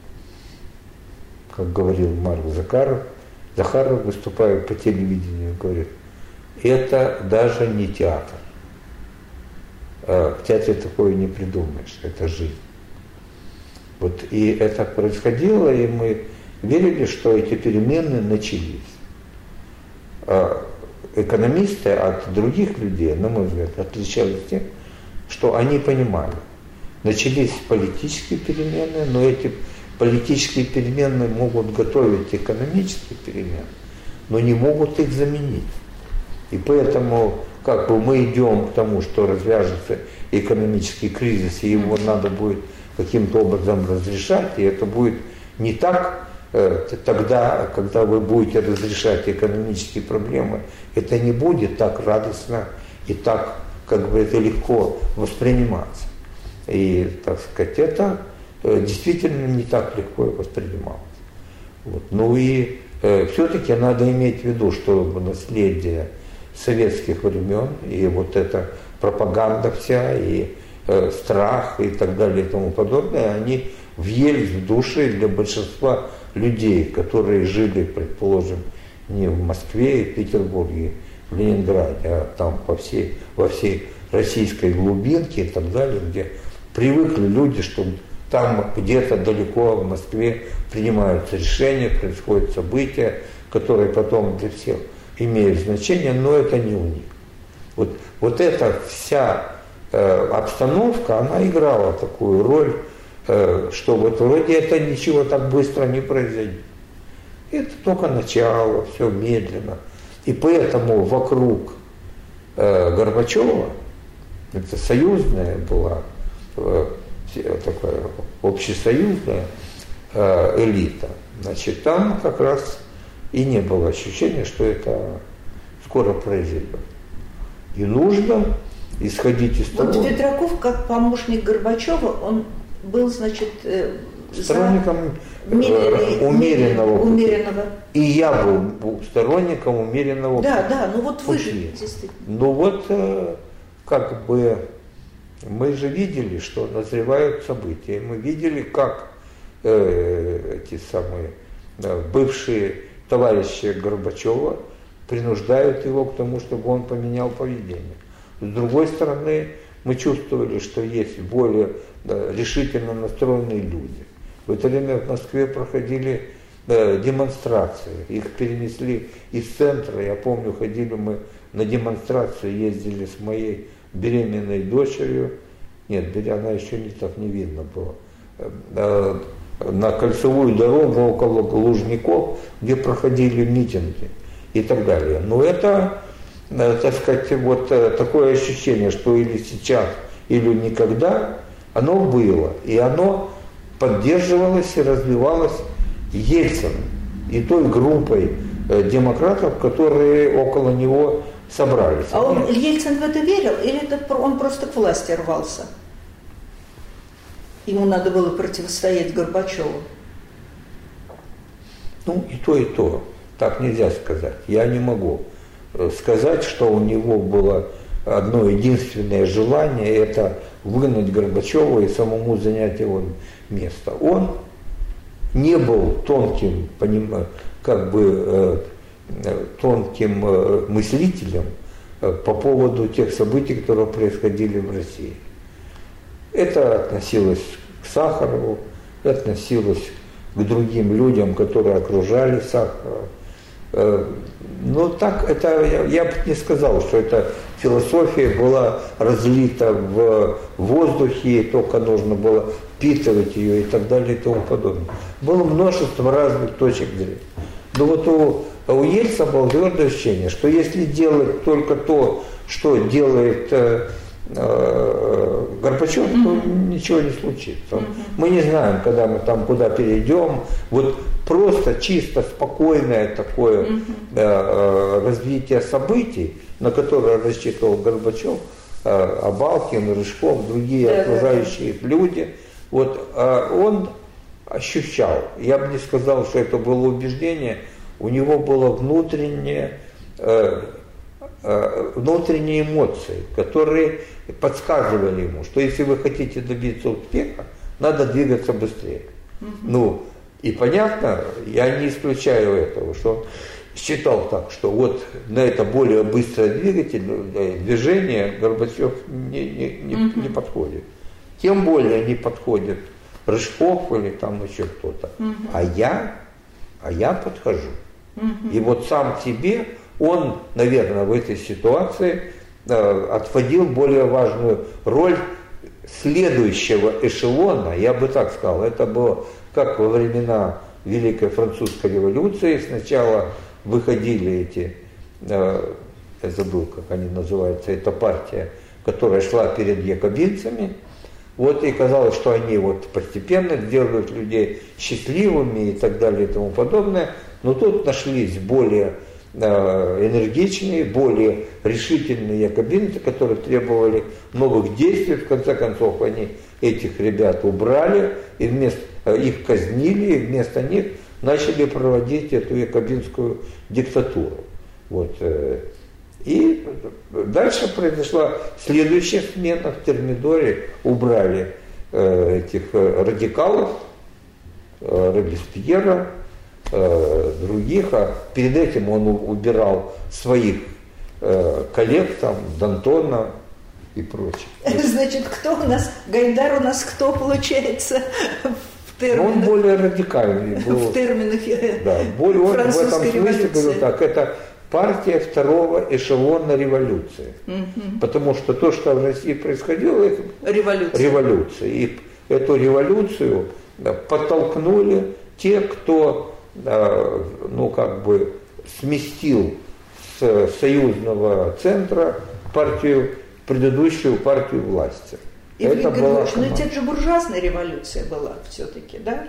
как говорил Марк Захаров, Захаров, выступая по телевидению, говорит, это даже не театр. В театре такое не придумаешь, это жизнь. Вот и это происходило, и мы верили, что эти перемены начались. Экономисты от других людей, на мой взгляд, отличались тем, что они понимали, начались политические перемены, но эти политические перемены могут готовить экономические перемены, но не могут их заменить. И поэтому как бы мы идем к тому, что развяжется экономический кризис, и его надо будет каким-то образом разрешать, и это будет не так, э, тогда, когда вы будете разрешать экономические проблемы, это не будет так радостно и так, как бы, это легко восприниматься. И, так сказать, это э, действительно не так легко воспринималось. Вот. Ну и э, все-таки надо иметь в виду, что наследие советских времен, и вот эта пропаганда вся, и э, страх, и так далее, и тому подобное, они въелись в души для большинства людей, которые жили, предположим, не в Москве и Петербурге, в Ленинграде, а там по всей, во всей российской глубинке и так далее, где привыкли люди, что там где-то далеко в Москве принимаются решения, происходят события, которые потом для всех имеют значение, но это не у них. Вот, вот эта вся э, обстановка, она играла такую роль, э, что вот вроде это ничего так быстро не произойдет. Это только начало, все медленно. И поэтому вокруг э, Горбачева, это союзная была, э, такая общесоюзная э, элита, значит, там как раз и не было ощущения, что это скоро произойдет. И нужно исходить из вот того... Вот Петраков, как помощник Горбачева, он был, значит, сторонником за... э, умеренного, умеренного. И я был сторонником умеренного Да, пути. да, ну вот вы же, действительно. Ну вот, э, как бы, мы же видели, что назревают события. Мы видели, как э, эти самые э, бывшие товарищи Горбачева принуждают его к тому, чтобы он поменял поведение. С другой стороны, мы чувствовали, что есть более да, решительно настроенные люди. В это время в Москве проходили да, демонстрации. Их перенесли из центра. Я помню, ходили мы на демонстрацию, ездили с моей беременной дочерью. Нет, она еще не так не видно было. На Кольцевую дорогу около Лужников, где проходили митинги и так далее. Но это, так сказать, вот такое ощущение, что или сейчас, или никогда, оно было. И оно поддерживалось и развивалось Ельциным и той группой демократов, которые около него собрались. А он, Ельцин в это верил, или это он просто к власти рвался? Ему надо было противостоять Горбачеву? Ну, и то, и то. Так нельзя сказать. Я не могу сказать, что у него было одно единственное желание – это выгнать Горбачева и самому занять его место. Он не был тонким, как бы тонким мыслителем по поводу тех событий, которые происходили в России. Это относилось к Сахарову, это относилось к другим людям, которые окружали Сахарова. Но так это, я, я бы не сказал, что эта философия была разлита в воздухе, и только нужно было впитывать ее и так далее и тому подобное. Было множество разных точек зрения. Но вот у, у Ельцина было твердое ощущение, что если делать только то, что делает э, э, Горбачев, mm-hmm. то ничего не случится. Mm-hmm. Мы не знаем, когда мы там куда перейдем. Вот просто чисто спокойное такое mm-hmm. э, развитие событий, на которое рассчитывал Горбачев, э, Абалкин, Рыжков, другие yeah, окружающие yeah. люди, вот э, он ощущал, я бы не сказал, что это было убеждение, у него было внутреннее, э, э, внутренние эмоции, которые подсказывали ему, что если вы хотите добиться успеха, надо двигаться быстрее. Mm-hmm. Ну, и понятно, я не исключаю этого, что считал так, что вот на это более быстрое двигатель, движение Горбачев не, не, не, угу. не подходит. Тем более не подходит Рыжков или там еще кто-то. Угу. А я, а я подхожу. Угу. И вот сам себе он, наверное, в этой ситуации э, отводил более важную роль следующего эшелона, я бы так сказал. Это было как во времена Великой Французской революции. Сначала выходили эти, э, я забыл, как они называются, эта партия, которая шла перед якобинцами. Вот и казалось, что они вот постепенно делают людей счастливыми и так далее и тому подобное. Но тут нашлись более э, энергичные, более решительные якобинцы, которые требовали новых действий. В конце концов, они этих ребят убрали, и вместо, э, их казнили, и вместо них начали проводить эту якобинскую диктатуру. Вот, э, и дальше произошла следующая смена. В Термидоре убрали э, этих э, радикалов, э, Робеспьера, э, других, а перед этим он убирал своих э, коллег, там, Д'Антона и прочих. Значит, кто у нас, Гайдар у нас кто получается в терминах? Он более радикальный был. В терминах да, более, он в этом смысле революции. говорил так, это партия второго эшелона революции. Угу. Потому что то, что в России происходило, это революция. революция. И эту революцию да, подтолкнули те, кто да, ну, как бы сместил с союзного центра партию, предыдущую партию власти. Ивлин Григорьевич, но ведь это же буржуазная революция была все-таки, да?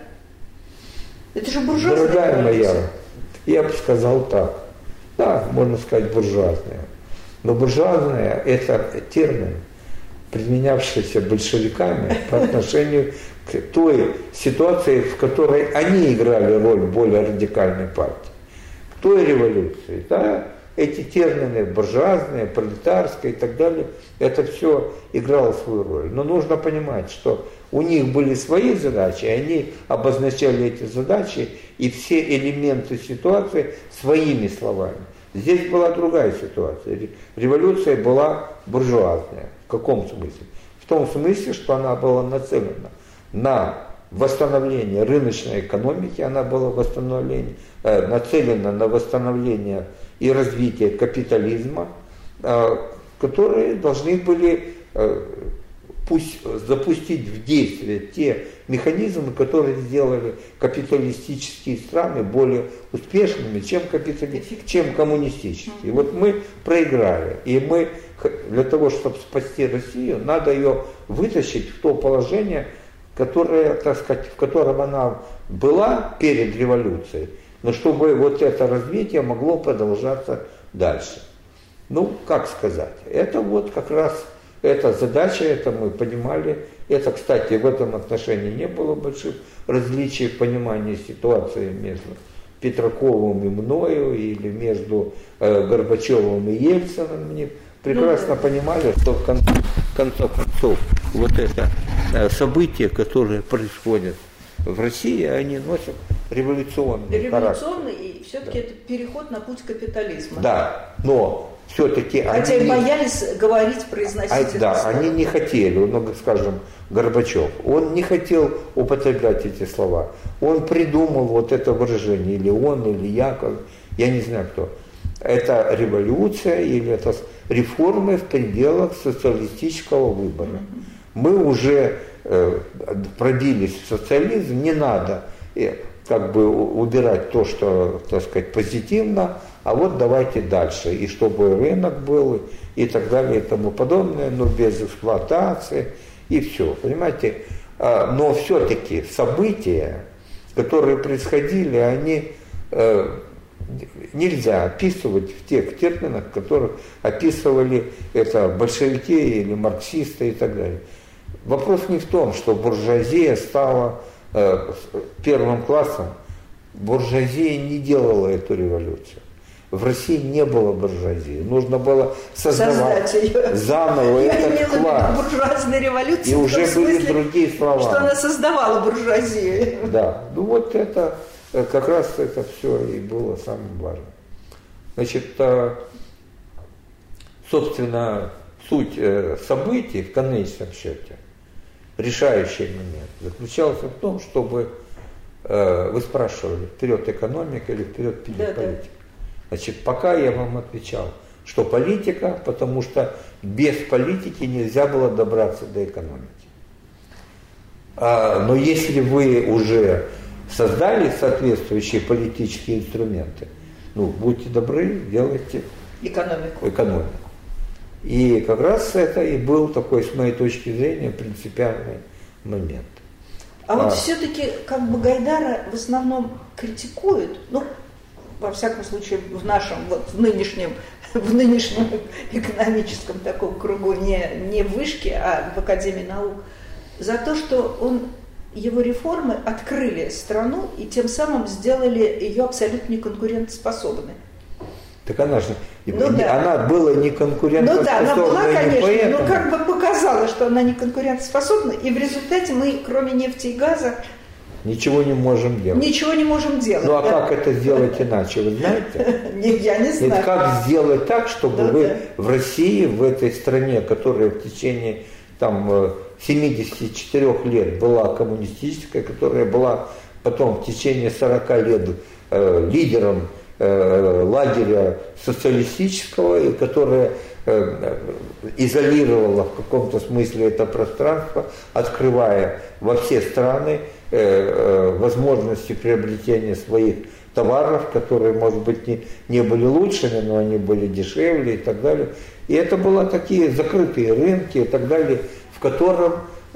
Это же буржуазная Дорогая революция. моя, я бы сказал так. Да, можно сказать буржуазная. Но буржуазная – это термин, применявшийся большевиками по отношению к той ситуации, в которой они играли роль более радикальной партии. К той революции, да, эти термины буржуазные, пролетарские и так далее, это все играло свою роль. Но нужно понимать, что у них были свои задачи, и они обозначали эти задачи и все элементы ситуации своими словами. Здесь была другая ситуация. Революция была буржуазная. В каком смысле? В том смысле, что она была нацелена на восстановление рыночной экономики, она была восстановление, э, нацелена на восстановление и развитие капитализма, э, которые должны были э, пусть запустить в действие те механизмы, которые сделали капиталистические страны более успешными, чем, капитали... чем коммунистические. И вот мы проиграли. И мы для того, чтобы спасти Россию, надо ее вытащить в то положение, которое, так сказать, в котором она была перед революцией, но чтобы вот это развитие могло продолжаться дальше. Ну, как сказать, это вот как раз эта задача, это мы понимали. Это, кстати, в этом отношении не было больших различий в понимании ситуации между Петраковым и мною, или между э, Горбачевым и Ельциным. Мы прекрасно ну, понимали, что в конце, в конце концов вот это э, события, которые происходят в России, они носят революционный характер. Революционный, и все-таки да. Это переход на путь капитализма. Да, но все-таки хотя они... и боялись не... говорить, произносить а, это Да, слово. они не хотели, ну, скажем, Горбачев, он не хотел употреблять эти слова. Он придумал вот это выражение, или он, или я, я не знаю кто. Это революция или это реформы в пределах социалистического выбора. Mm-hmm. Мы уже э, пробились в социализм, не надо э, как бы убирать то, что, так сказать, позитивно, а вот давайте дальше, и чтобы рынок был, и так далее, и тому подобное, но без эксплуатации, и все, понимаете. Но все-таки события, которые происходили, они э, нельзя описывать в тех терминах, в которых описывали это большевики или марксисты и так далее. Вопрос не в том, что буржуазия стала э, первым классом. Буржуазия не делала эту революцию. В России не было буржуазии. Нужно было создавать заново Я этот класс. Буржуазная революция. И уже смысле, были другие слова. Что она создавала буржуазию. Да. Ну вот это как раз это все и было самым важным. Значит, собственно, суть событий в конечном счете, решающий момент, заключался в том, чтобы, вы спрашивали, вперед экономика или вперед политика. Да, да. Значит, пока я вам отвечал, что политика, потому что без политики нельзя было добраться до экономики. А, но если вы уже создали соответствующие политические инструменты, ну, будьте добры, делайте экономику. экономику. И как раз это и был такой, с моей точки зрения, принципиальный момент. А, а вот все-таки как бы Гайдара в основном критикуют, ну, во всяком случае, в нашем, вот в нынешнем, в нынешнем экономическом таком кругу, не, не в вышке, а в Академии наук, за то, что он, его реформы открыли страну и тем самым сделали ее абсолютно неконкурентоспособной. Так она же, ну, не, да. она была неконкурентоспособной. Ну да, она была, конечно, поэтому. но как бы показала, что она неконкурентоспособна, и в результате мы, кроме нефти и газа, ничего не можем делать. Ничего не можем делать. Ну а да? Как это сделать иначе, вы знаете? Я не знаю. Нет, как сделать так, чтобы да, вы да. в России, в этой стране, которая в течение там, семидесяти четырёх лет была коммунистической, которая была потом в течение сорока лет э, лидером э, лагеря социалистического, и которая э, изолировала в каком-то смысле это пространство, открывая во все страны э, э, возможности приобретения своих товаров, которые, может быть, не, не были лучшими, но они были дешевле и так далее. И это были такие закрытые рынки и так далее, в котором э,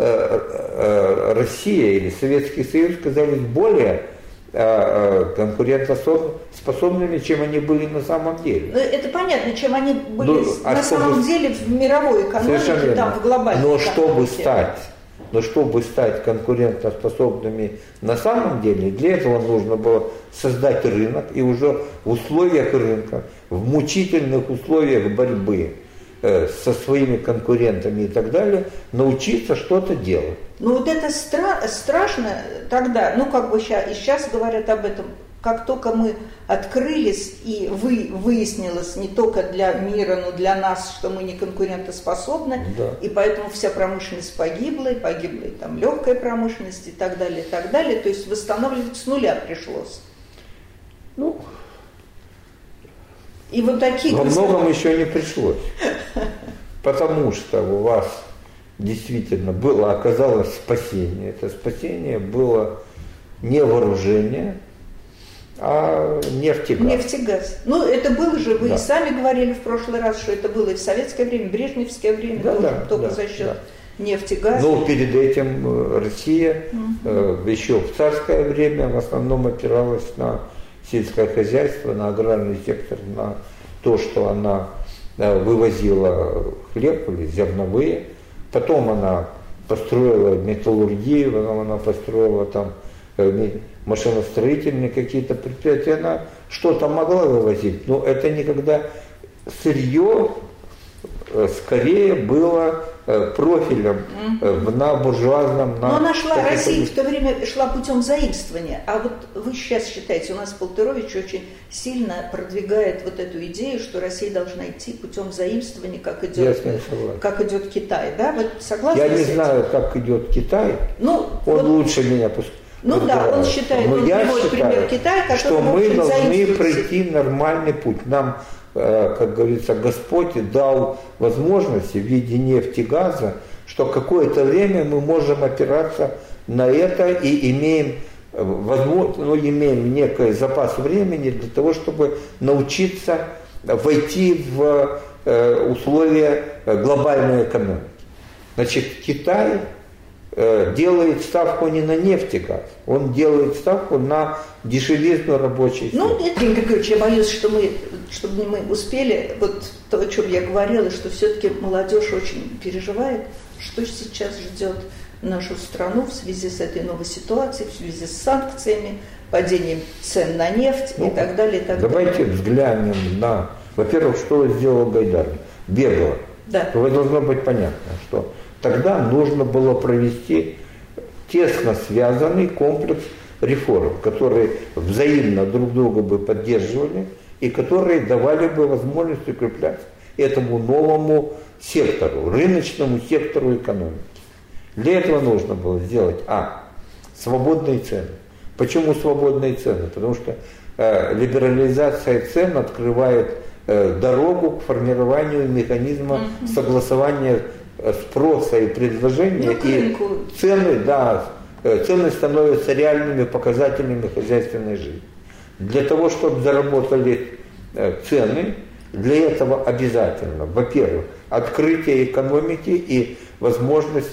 э, Россия или Советский Союз казались более э, конкурентоспособными, чем они были на самом деле. Это понятно, чем они были ну, на а самом чтобы... деле в мировой экономике, там, в глобальной но экономике. чтобы стать Но чтобы стать конкурентоспособными на самом деле, для этого нужно было создать рынок и уже в условиях рынка, в мучительных условиях борьбы э, со своими конкурентами и так далее, научиться что-то делать. Ну вот это стра- страшно тогда, ну как бы сейчас, и сейчас говорят об этом. Как только мы открылись, и вы, выяснилось не только для мира, но для нас, что мы не конкурентоспособны, да. И поэтому вся промышленность погибла, и погибла и там легкая промышленность, и так далее, и так далее. То есть восстанавливать с нуля пришлось. Ну, и вот такие... во многом еще не пришлось. Потому что у вас действительно было, оказалось спасение. Это спасение было не вооружение, а нефтегаз. Нефтегаз. Ну, это было же, вы да. и сами говорили в прошлый раз, что это было и в советское время, брежневское время, да, тоже, да, только да, за счет да. нефтегаза. Но перед этим Россия угу. э, еще в царское время в основном опиралась на сельское хозяйство, на аграрный сектор, на то, что она э, вывозила хлеб или зерновые. Потом она построила металлургию, потом она построила там э, машиностроительные какие-то предприятия, она что-то могла вывозить, но это никогда сырье скорее было профилем mm-hmm. на буржуазном... На но она шла, Россия в то время шла путем заимствования, а вот вы сейчас считаете, у нас Полтырович очень сильно продвигает вот эту идею, что Россия должна идти путем заимствования, как идет, как идет Китай, да? Вы согласны Я с не этим? знаю, как идет Китай, ну, он вот... лучше меня пускай. Ну да, он считает, но он я приводит считаю, пример Китая, что мы должны пройти нормальный путь. Нам, как говорится, Господь дал возможности в виде нефти, газа, что какое-то время мы можем опираться на это и имеем, возможно, ну, имеем некий запас времени для того, чтобы научиться войти в условия глобальной экономики. Значит, Китай делает ставку не на нефть и газ, он делает ставку на дешевизну рабочей силы. Ну, Евгений Григорьевич, я боюсь, что мы, чтобы мы успели, вот то, о чем я говорила, что все-таки молодежь очень переживает, что сейчас ждет нашу страну в связи с этой новой ситуацией, в связи с санкциями, падением цен на нефть ну, и так далее. И так давайте далее. взглянем на, во-первых, что сделал Гайдар. Бегло. Да. То должно быть понятно, что тогда нужно было провести тесно связанный комплекс реформ, которые взаимно друг друга бы поддерживали и которые давали бы возможность укреплять этому новому сектору, рыночному сектору экономики. Для этого нужно было сделать, а, свободные цены. Почему свободные цены? Потому что э, либерализация цен открывает э, дорогу к формированию механизма mm-hmm. согласования спроса и предложения, ну, и цены, да, цены становятся реальными показателями хозяйственной жизни. Для того, чтобы заработали цены, для этого обязательно, во-первых, открытие экономики и возможность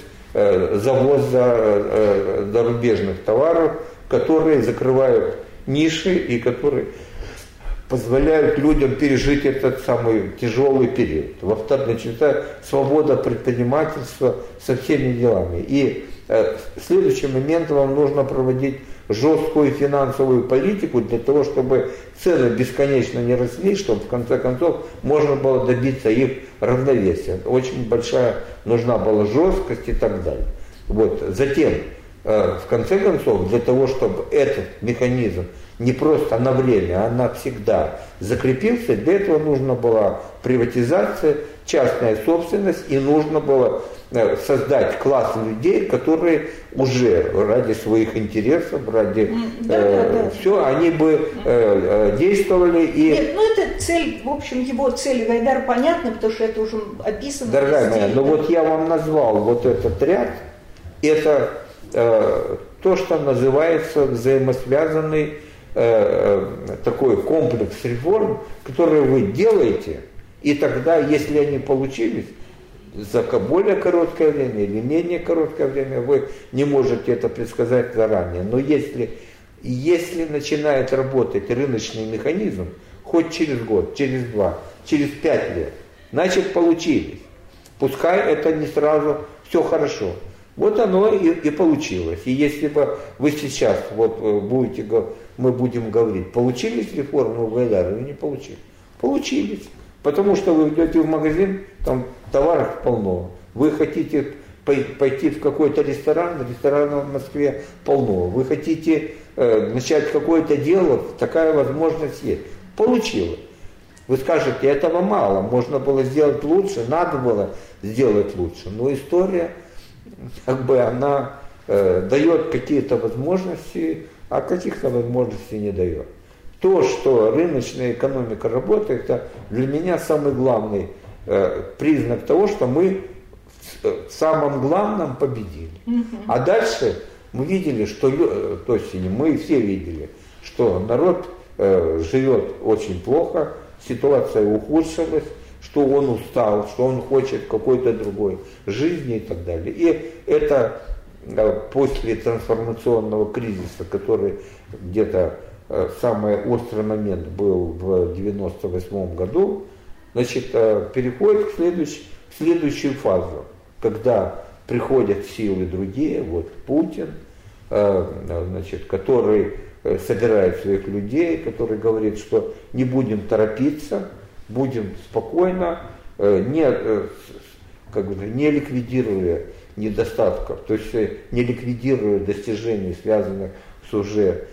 завоза зарубежных товаров, которые закрывают ниши и которые позволяют людям пережить этот самый тяжелый период. Во-вторых, начинается свобода предпринимательства со всеми делами. И э, в следующий момент вам нужно проводить жесткую финансовую политику для того, чтобы цены бесконечно не росли, чтобы в конце концов можно было добиться их равновесия. Очень большая нужна была жесткость и так далее. Вот. Затем, э, в конце концов, для того, чтобы этот механизм не просто на время, а навсегда закрепился, для этого нужна была приватизация, частная собственность, и нужно было создать класс людей, которые уже ради своих интересов, ради да, э, да, да. все, они бы э, действовали и... Нет, ну это цель, в общем, его цель Гайдара понятна, потому что это уже описано. Дорогая моя, но вот я вам назвал вот этот ряд, это э, то, что называется взаимосвязанный такой комплекс реформ, которые вы делаете, и тогда, если они получились, за более короткое время или менее короткое время, вы не можете это предсказать заранее. Но если, если начинает работать рыночный механизм, хоть через год, через два, через пять лет, значит получились. Пускай это не сразу все хорошо. Вот оно и, и получилось. И если бы вы сейчас вот будете, мы будем говорить, получились реформы в Гайдаре или не получились? Получились. Потому что вы идете в магазин, там товаров полно. Вы хотите пойти в какой-то ресторан, ресторанов в Москве полно. Вы хотите э, начать какое-то дело, такая возможность есть. Получилось. Вы скажете, этого мало, можно было сделать лучше, надо было сделать лучше. Но история, как бы, она э, дает какие-то возможности, а каких-то возможностей не дает. То, что рыночная экономика работает, это для меня самый главный э, признак того, что мы в самом главном победили. Mm-hmm. А дальше мы видели, что, то есть мы все видели, что народ э, живет очень плохо, ситуация ухудшилась, что он устал, что он хочет какой-то другой жизни и так далее. И это э, после трансформационного кризиса, который где-то э, самый острый момент был в девяносто восьмом году, значит, э, переходит к следующей, в следующую фазу, когда приходят силы другие, вот Путин, э, значит, который собирает своих людей, который говорит, что не будем торопиться, будем спокойно, не, как бы, не ликвидируя недостатков, то есть не ликвидируя достижений, связанных с уже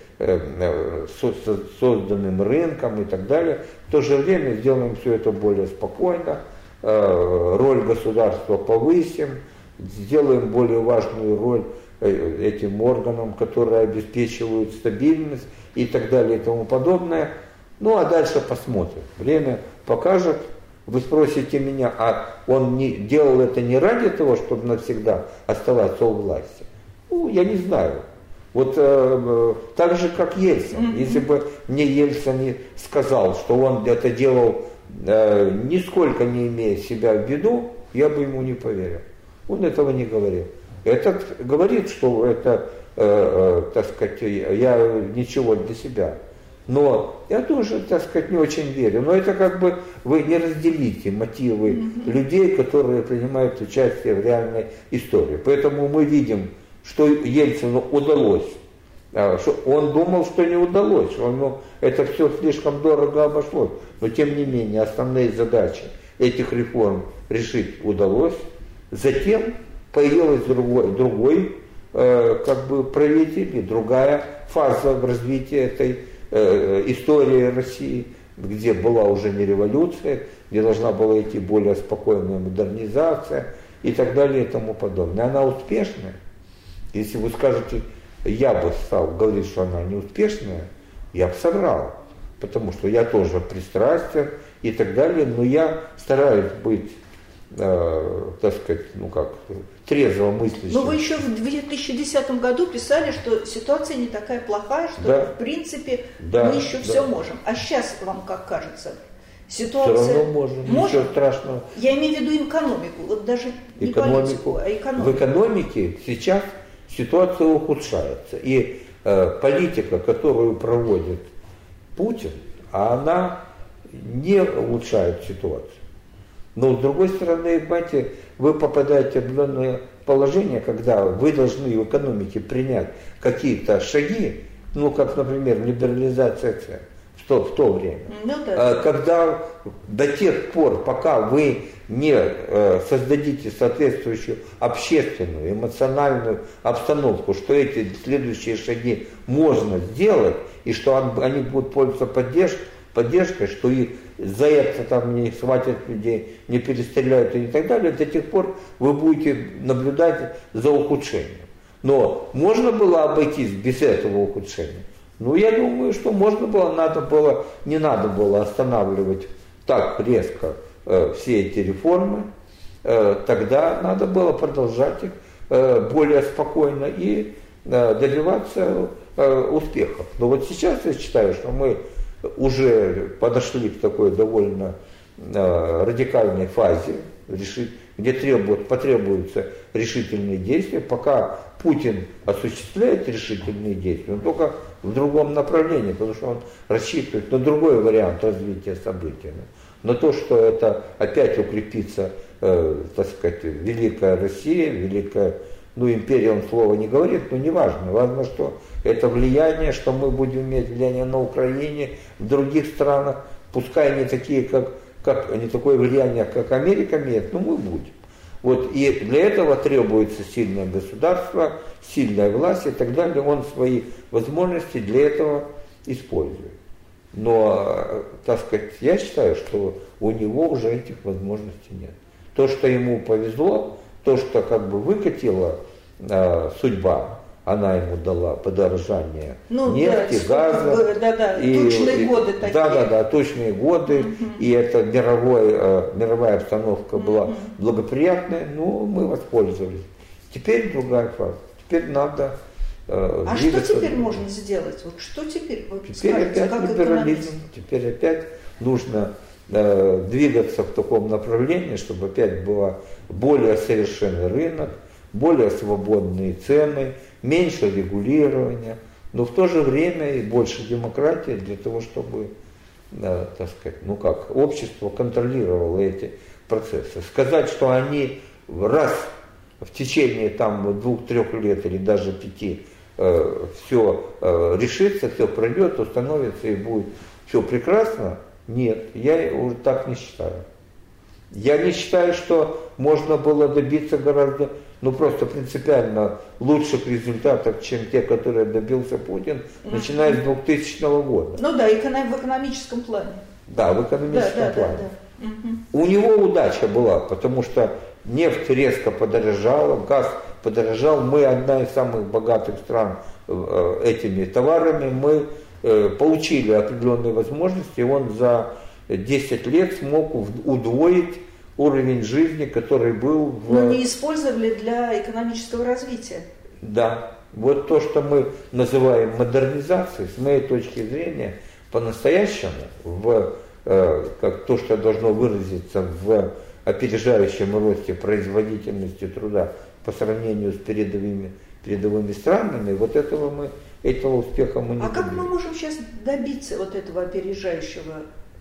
созданным рынком и так далее. В то же время сделаем все это более спокойно, роль государства повысим, сделаем более важную роль этим органам, которые обеспечивают стабильность и так далее и тому подобное. Ну а дальше посмотрим. Время покажет. Вы спросите меня, а он не делал это не ради того, чтобы навсегда оставаться у власти? Ну, я не знаю. Вот э, так же, как Ельцин. Mm-hmm. Если бы мне Ельцин не сказал, что он это делал э, нисколько не имея себя в виду, я бы ему не поверил. Он этого не говорил. Этот говорит, что это, э, э, так сказать, я ничего для себя. Но я тоже, так сказать, не очень верю. Но это как бы вы не разделите мотивы mm-hmm. людей, которые принимают участие в реальной истории. Поэтому мы видим, что Ельцину удалось. Что он думал, что не удалось. Он, ну, это все слишком дорого обошлось. Но тем не менее основные задачи этих реформ решить удалось. Затем появилась другой, другой э, как бы правитель и другая фаза в развитии этой э, истории России. где была уже не революция, где должна была идти более спокойная модернизация и так далее и тому подобное. Она успешная. Если вы скажете, я бы стал говорить, что она неуспешная, я бы соврал, потому что я тоже пристрастен и так далее, но я стараюсь быть, э, так сказать, ну как, трезво мыслящим. Но вы еще в две тысячи десятом году писали, что ситуация не такая плохая, что да. в принципе да, мы еще да. все можем. А сейчас вам как кажется? Ситуация... Все равно можем, можем? ничего страшного. Я имею в виду экономику, вот даже не экономику. политику, а экономику. В экономике сейчас ситуация ухудшается. И э, политика, которую проводит Путин, она не улучшает ситуацию. Но с другой стороны, понимаете, вы попадаете в определенное положение, когда вы должны в экономике принять какие-то шаги, ну как, например, либерализация цен. В то, в то время, ну, да. когда до тех пор, пока вы не э, создадите соответствующую общественную, эмоциональную обстановку, что эти следующие шаги можно сделать, и что он, они будут пользоваться поддержкой, поддержкой, что и за это там не схватят людей, не перестреляют и так далее, до тех пор вы будете наблюдать за ухудшением. Но можно было обойтись без этого ухудшения? Ну, я думаю, что можно было, надо было, не надо было останавливать так резко э, все эти реформы, э, тогда надо было продолжать их э, более спокойно и э, добиваться э, успехов. Но вот сейчас я считаю, что мы уже подошли к такой довольно э, радикальной фазе, решить, где требует, потребуются решительные действия, пока Путин осуществляет решительные действия, но только в другом направлении, потому что он рассчитывает на другой вариант развития событий. На то, что это опять укрепится, э, так сказать, великая Россия, великая, ну, империя, он слова не говорит, но не важно. Важно, что это влияние, что мы будем иметь влияние на Украине, в других странах, пускай не такие, как, как не такое влияние, как Америка имеет, но мы будем. Вот, и для этого требуется сильное государство, сильная власть и так далее. Он свои возможности для этого использует. Но, так сказать, я считаю, что у него уже этих возможностей нет. То, что ему повезло, то, что как бы выкатила э, судьба, она ему дала подорожание ну, нефти, да, газа. Да, да, и, точные и, годы такие. Да, да, да, точные годы. Угу. И эта мировой, э, мировая обстановка угу. была благоприятная, но мы воспользовались. Теперь другая фаза. Теперь надо э, А что теперь можно сделать? Вот что теперь? Вы теперь скажете, опять как либерализм. экономист? Теперь опять нужно э, двигаться в таком направлении, чтобы опять был более совершенный рынок, более свободные цены, меньше регулирования, но в то же время и больше демократии для того, чтобы, да, так сказать, ну как, общество контролировало эти процессы. Сказать, что они раз в течение там двух-трех лет или даже пяти э, все э, решится, все пройдет, установится и будет все прекрасно, нет, я уже так не считаю. Я не считаю, что можно было добиться гораздо, ну просто принципиально лучших результатов, чем те, которые добился Путин, mm-hmm. начиная с двухтысячного года. Ну да, эконом, в экономическом плане. Да, в экономическом да, плане. Да, да, да. Mm-hmm. У него удача была, потому что нефть резко подорожала, газ подорожал. Мы одна из самых богатых стран э, этими товарами. Мы э, получили определенные возможности, и он за десять лет смог удвоить уровень жизни, который был в... Но не использовали для экономического развития. Да. Вот то, что мы называем модернизацией, с моей точки зрения, по-настоящему, в, э, как то, что должно выразиться в опережающем росте производительности труда по сравнению с передовыми, передовыми странами, вот этого мы, этого успеха мы не А добились. как мы можем сейчас добиться вот этого опережающего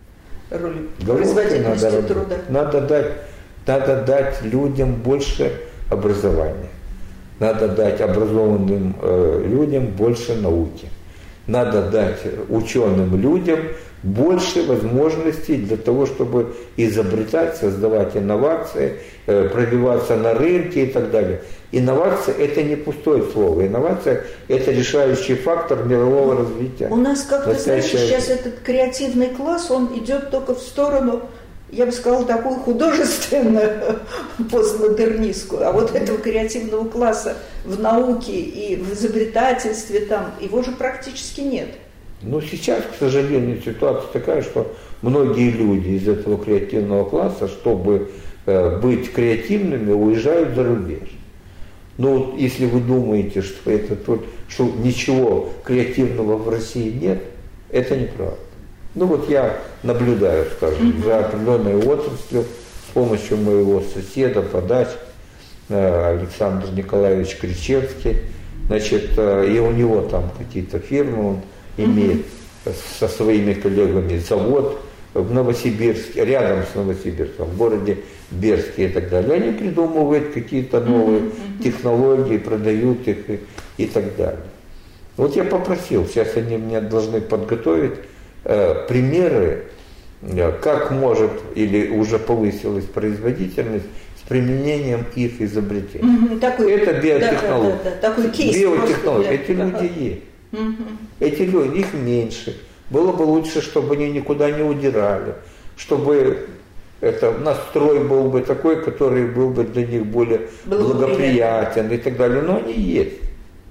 роли Головкой производительности надо труда? Надо дать, надо дать людям больше образования. Надо дать образованным э, людям больше науки. Надо дать ученым людям больше возможностей для того, чтобы изобретать, создавать инновации, пробиваться на рынке и так далее. Инновация – это не пустое слово. Инновация – это решающий фактор мирового развития. У нас как-то, знаете, сейчас этот креативный класс, он идет только в сторону, я бы сказала, такую художественную, постмодернистскую. А вот этого креативного класса в науке и в изобретательстве там, его же практически нет. Но сейчас, к сожалению, ситуация такая, что многие люди из этого креативного класса, чтобы э, быть креативными, уезжают за рубеж. Но если вы думаете, что, это, что ничего креативного в России нет, это неправда. Ну вот я наблюдаю, скажем, за определенной отраслью с помощью моего соседа по даче, э, Александр Николаевич Кричевский, значит, э, и у него там какие-то фирмы, он имеет со своими коллегами завод в Новосибирске, рядом с Новосибирском, в городе Берске и так далее. Они придумывают какие-то новые mm-hmm. технологии, продают их и, и так далее. Вот я попросил, сейчас они мне должны подготовить э, примеры, э, как может или уже повысилась производительность с применением их изобретений. Mm-hmm. Такой, Это биотехнология. Да, да, да, такой кейс. Биотехнология. Эти да. люди есть. Угу. Эти люди, их меньше. Было бы лучше, чтобы они никуда не удирали, чтобы это, настрой был бы такой, который был бы для них более было благоприятен и так далее. Но они есть.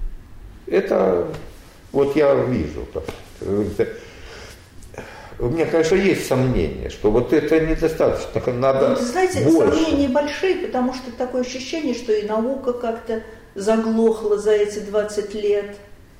Это вот я вижу. Это, у меня, конечно, есть сомнения, что вот это недостаточно, надо ну, знаете, больше. Сомнения большие, потому что такое ощущение, что и наука как-то заглохла за эти двадцать лет.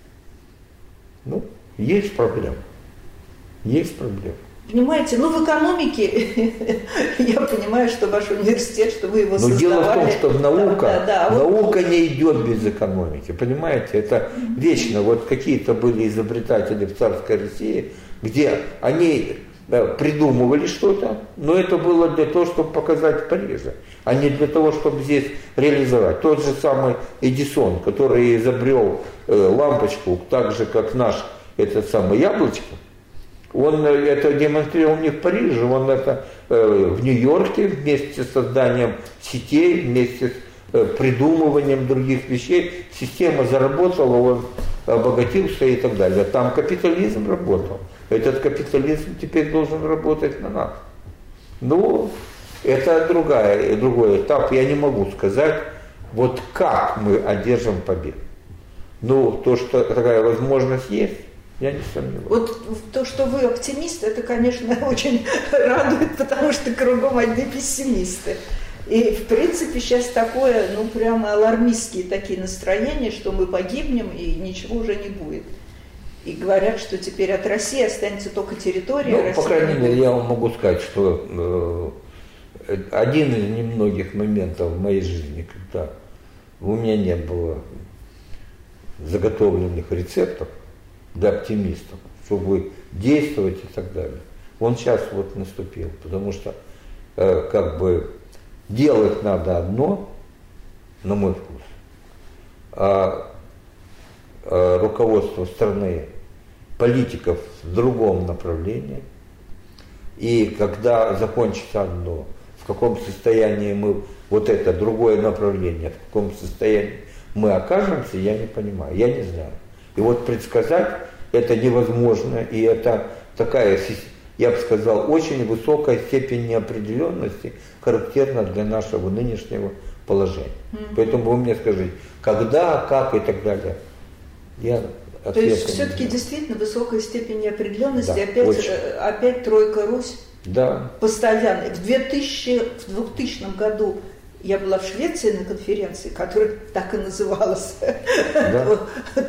Ну, есть проблема. Есть проблема. Понимаете, ну в экономике я понимаю, что ваш университет, что вы его Но создавали. дело в том, что наука, да, да, да. наука не идет без экономики, понимаете? Это вечно. Вот какие-то были изобретатели в царской России, где они да, придумывали что-то, но это было для того, чтобы показать в Париже, а не для того, чтобы здесь реализовать. Тот же самый Эдисон, который изобрел э, лампочку, так же, как наш этот самый Яблочко, он это демонстрировал не в Париже, он это э, в Нью-Йорке вместе с созданием сетей, вместе с э, придумыванием других вещей. Система заработала, он обогатился и так далее. Там капитализм работал. Этот капитализм теперь должен работать на нас. Ну, это другая, другой этап. Я не могу сказать, вот как мы одержим победу. Ну, то, что такая возможность есть, я не сомневаюсь. Вот то, что вы оптимист, это, конечно, очень радует, потому что кругом одни пессимисты. И, в принципе, сейчас такое, ну, прямо алармистские такие настроения, что мы погибнем и ничего уже не будет. И говорят, что теперь от России останется только территория. Ну, России по крайней мере, я вам могу сказать, что э, один из немногих моментов в моей жизни, когда у меня не было заготовленных рецептов для оптимистов, чтобы действовать и так далее, он сейчас вот наступил. Потому что э, как бы делать надо одно, на мой вкус, а э, руководство страны, политиков в другом направлении. И когда закончится одно, в каком состоянии мы, вот это другое направление, в каком состоянии мы окажемся, я не понимаю, я не знаю. И вот предсказать это невозможно, и это такая, я бы сказал, очень высокая степень неопределенности, характерна для нашего нынешнего положения. Mm-hmm. Поэтому вы мне скажите, когда, как и так далее. Я То есть все-таки действительно высокая степень неопределенности, да, опять, опять тройка Русь, да. Постоянно. В, двухтысячном году я была в Швеции на конференции, которая так и называлась, да.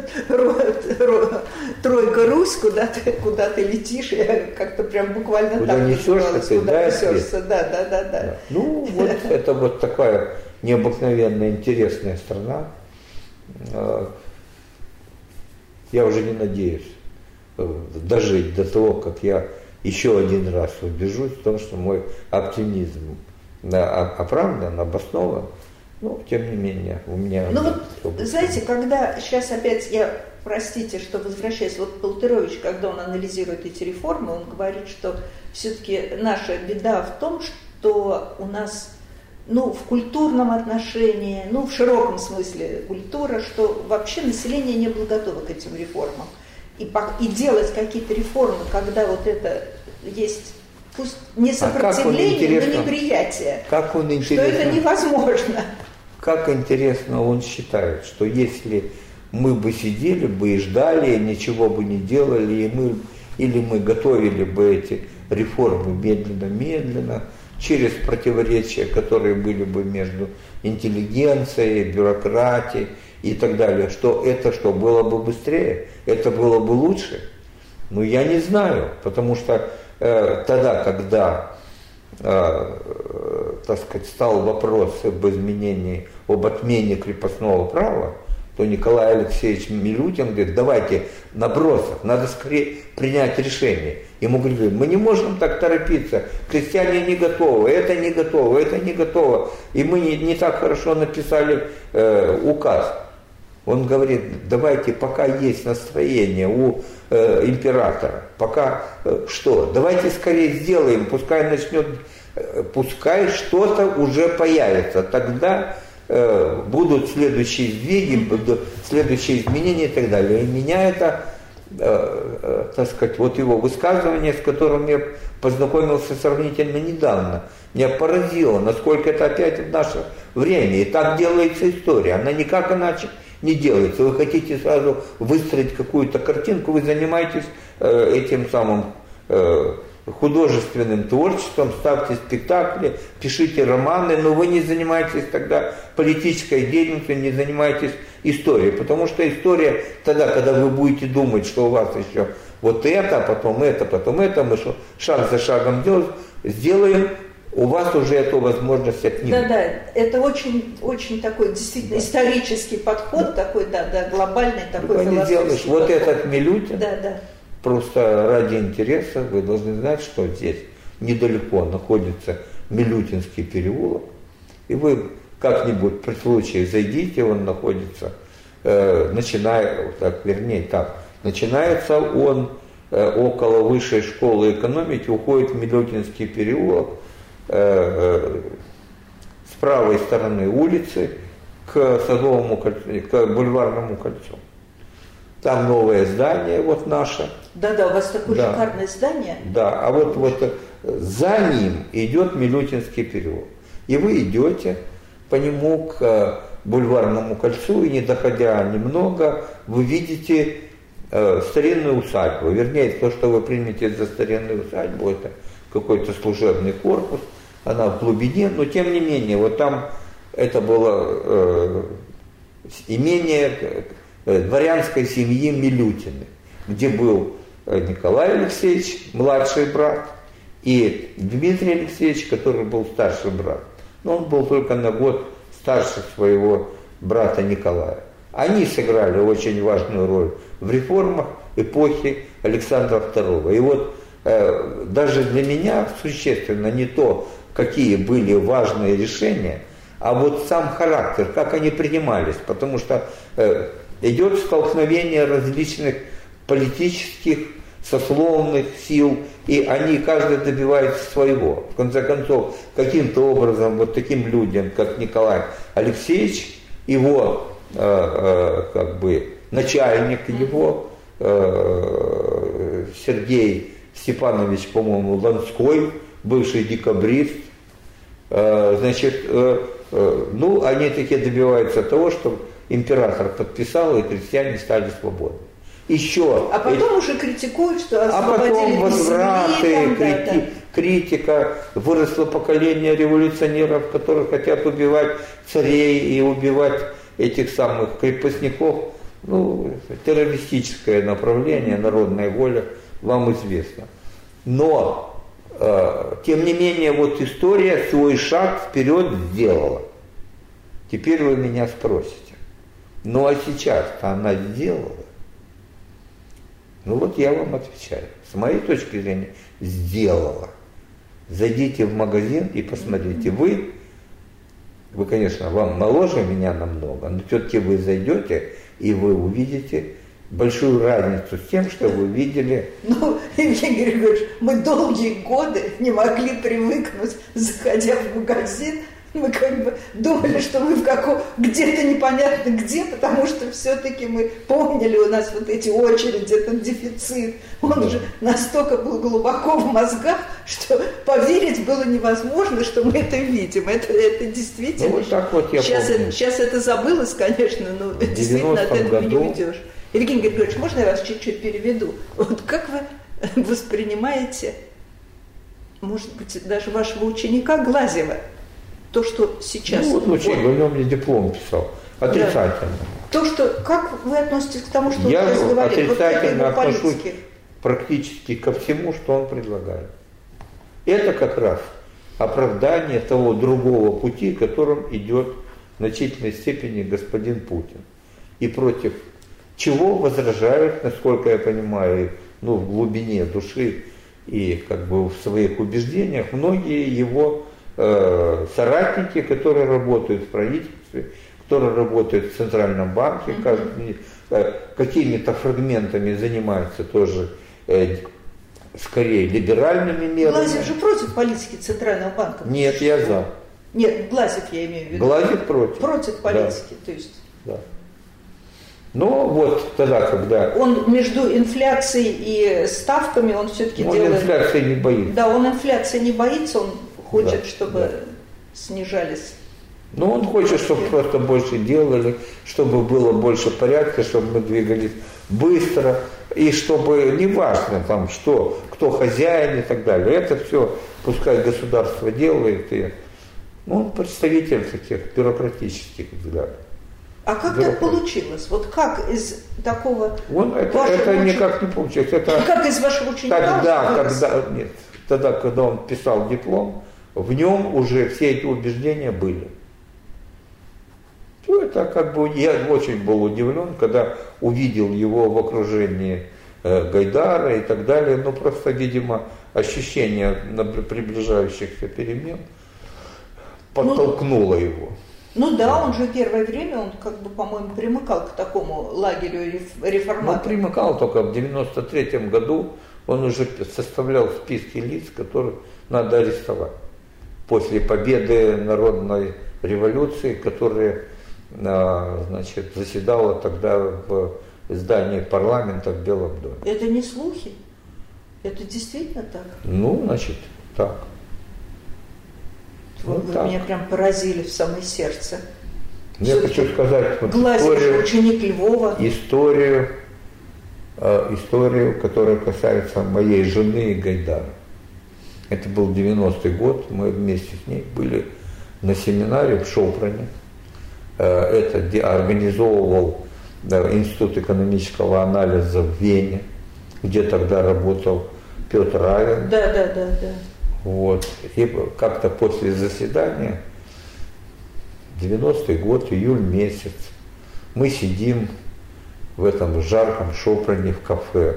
Тройка Русь, куда ты, куда ты летишь, я как-то прям буквально куда так называлась, куда несешься, да, да, да, да, да. Ну вот это вот такая необыкновенная, интересная страна. Я уже не надеюсь дожить до того, как я еще один раз убежусь в том, что мой оптимизм оправдан, обоснован. Но, тем не менее, у меня... Ну вот, знаете, когда сейчас опять я, простите, что возвращаюсь, вот Полтырович, когда он анализирует эти реформы, он говорит, что все-таки наша беда в том, что у нас, ну, в культурном отношении, ну, в широком смысле культура, что вообще население не было готово к этим реформам. И, и делать какие-то реформы, когда вот это есть... Пусть не сопротивление, а но неприятие, как он что это невозможно. Как интересно он считает, что если мы бы сидели бы и ждали, ничего бы не делали, и мы, или мы готовили бы эти реформы медленно-медленно, через противоречия, которые были бы между интеллигенцией, бюрократией и так далее, что это что, было бы быстрее, это было бы лучше? Ну, я не знаю, потому что э, тогда, когда, э, э, так сказать, стал вопрос об изменении, об отмене крепостного права, то Николай Алексеевич Милютин говорит, давайте набросок, надо скорее принять решение. Ему говорили, мы не можем так торопиться, крестьяне не готовы, это не готово, это не готово, и мы не, не так хорошо написали э, указ. Он говорит, давайте, пока есть настроение у э, императора, пока э, что, давайте скорее сделаем, пускай начнет, э, пускай что-то уже появится, тогда э, будут следующие сдвиги, будут следующие изменения и так далее. И меня это, э, э, так сказать, вот его высказывание, с которым я познакомился сравнительно недавно, меня поразило, насколько это опять в наше время. И так делается история, она никак иначе не делается. Вы хотите сразу выстроить какую-то картинку, вы занимаетесь э, этим самым э, художественным творчеством, ставьте спектакли, пишите романы, но вы не занимаетесь тогда политической деятельностью, не занимаетесь историей. Потому что история тогда, когда вы будете думать, что у вас еще вот это, потом это, потом это, мы что, шаг за шагом делаем, сделаем, у вас уже эту возможность отнимут. Да, да, это очень, очень такой действительно да. исторический подход, да. такой, да, да, глобальный такой философский Вот подход. этот Милютин, да, да. просто ради интереса вы должны знать, что здесь недалеко находится Милютинский переулок, и вы как-нибудь при случае зайдите, он находится, э, начиная, так, вернее так, начинается он э, около высшей школы экономики, уходит в Милютинский переулок, с правой стороны улицы к Садовому кольцу, к Бульварному кольцу. Там новое здание вот наше. Да-да, у вас такое да. шикарное здание. Да, а вот, вот за ним идет Милютинский переулок. И вы идете по нему к Бульварному кольцу, и не доходя немного, вы видите э, старинную усадьбу. Вернее, то, что вы примете за старинную усадьбу, это какой-то служебный корпус, она в глубине, но тем не менее, вот там это было э, имение э, дворянской семьи Милютины, где был Николай Алексеевич, младший брат, и Дмитрий Алексеевич, который был старший брат. Но он был только на год старше своего брата Николая. Они сыграли очень важную роль в реформах эпохи Александра второго. И вот э, даже для меня существенно не то, какие были важные решения, а вот сам характер, как они принимались, потому что э, идет столкновение различных политических, сословных сил, и они каждый добивается своего. В конце концов, каким-то образом вот таким людям, как Николай Алексеевич, его э, э, как бы начальник, его э, Сергей Степанович, по-моему, Ланской, бывший декабрист, э, значит, э, э, ну, они таки добиваются того, что император подписал, и крестьяне стали свободны. Еще. А потом эти... уже критикуют, что освободили. А потом возвраты, там, крити... да, да. критика, выросло поколение революционеров, которые хотят убивать царей и убивать этих самых крепостников. Ну, террористическое направление, народная воля, вам известно. Но, э, тем не менее, вот история свой шаг вперед сделала. Теперь вы меня спросите, ну а сейчас-то она сделала? Ну вот я вам отвечаю. С моей точки зрения, сделала. Зайдите в магазин и посмотрите. Вы Вы, конечно, вам моложе меня намного, но все-таки вы зайдете, и вы увидите большую разницу с тем, что вы видели. Ну, Евгений Григорьевич, мы долгие годы не могли привыкнуть, заходя в магазин, мы как бы думали, что мы в каком, где-то непонятно где, потому что все-таки мы помнили у нас вот эти очереди, этот дефицит. Он да. уже настолько был глубоко в мозгах, что поверить было невозможно, что мы это видим. Это, это действительно... Ну, вот так вот я сейчас, помню. Это, сейчас это забылось, конечно, но действительно от этого году... не уйдешь. Евгений Григорьевич, можно я вас чуть-чуть переведу? Вот как вы воспринимаете, может быть, даже вашего ученика Глазьева, то, что сейчас... Ну, вот ученик, вот, он мне диплом писал. Отрицательно. Да. То, что... Как вы относитесь к тому, что я вы сейчас говорили? отрицательно вот отношусь политики. Практически ко всему, что он предлагает. Это как раз оправдание того другого пути, которым идет в значительной степени господин Путин. И против чего возражают, насколько я понимаю, ну, в глубине души и как бы в своих убеждениях многие его э, соратники, которые работают в правительстве, которые работают в Центральном банке, mm-hmm. э, какими-то фрагментами занимаются тоже э, скорее либеральными мерами. Глазьев же против политики Центрального банка. Нет, я за. Нет, Глазьев я имею в виду. Глазьев против. Против политики, да. то есть. Да. Но вот тогда, когда... Он между инфляцией и ставками, он все-таки он делает... Он инфляции не боится. Да, он инфляции не боится, он хочет, да, чтобы да. снижались. Ну, он хочет, чтобы просто больше делали, чтобы было больше порядка, чтобы мы двигались быстро, и чтобы, неважно там, что, кто хозяин и так далее, это все пускай государство делает, и ну, он представитель таких бюрократических взглядов. А как так получилось? Вот как из такого... Он, это это ученика... никак не получилось. Это как из вашего ученика? Тогда, когда, нет, тогда, когда он писал диплом, в нем уже все эти убеждения были. Все это как бы... Я очень был удивлен, когда увидел его в окружении э, Гайдара и так далее. Но просто, видимо, ощущение приближающихся перемен подтолкнуло ну... его. Ну да, он же первое время, он как бы, по-моему, примыкал к такому лагерю реформаторов. Он примыкал, только в девяносто третьем году он уже составлял списки лиц, которых надо арестовать. После победы народной революции, которая, значит, заседала тогда в здании парламента в Белом доме. Это не слухи? Это действительно так? Ну, значит, так. Вот вы так. Меня прям поразили в самое сердце. Я хочу сказать вот историю, ученик Львова. Историю, э, историю, которая касается моей жены и Гайдара. Это был девяностый год, мы вместе с ней были на семинаре в Шофране. Э, это где организовывал да, Институт экономического анализа в Вене, где тогда работал Петр Авен. Да, да, да, да. Вот. И как-то после заседания, девяностый год, июль месяц, мы сидим в этом жарком Шофране в кафе.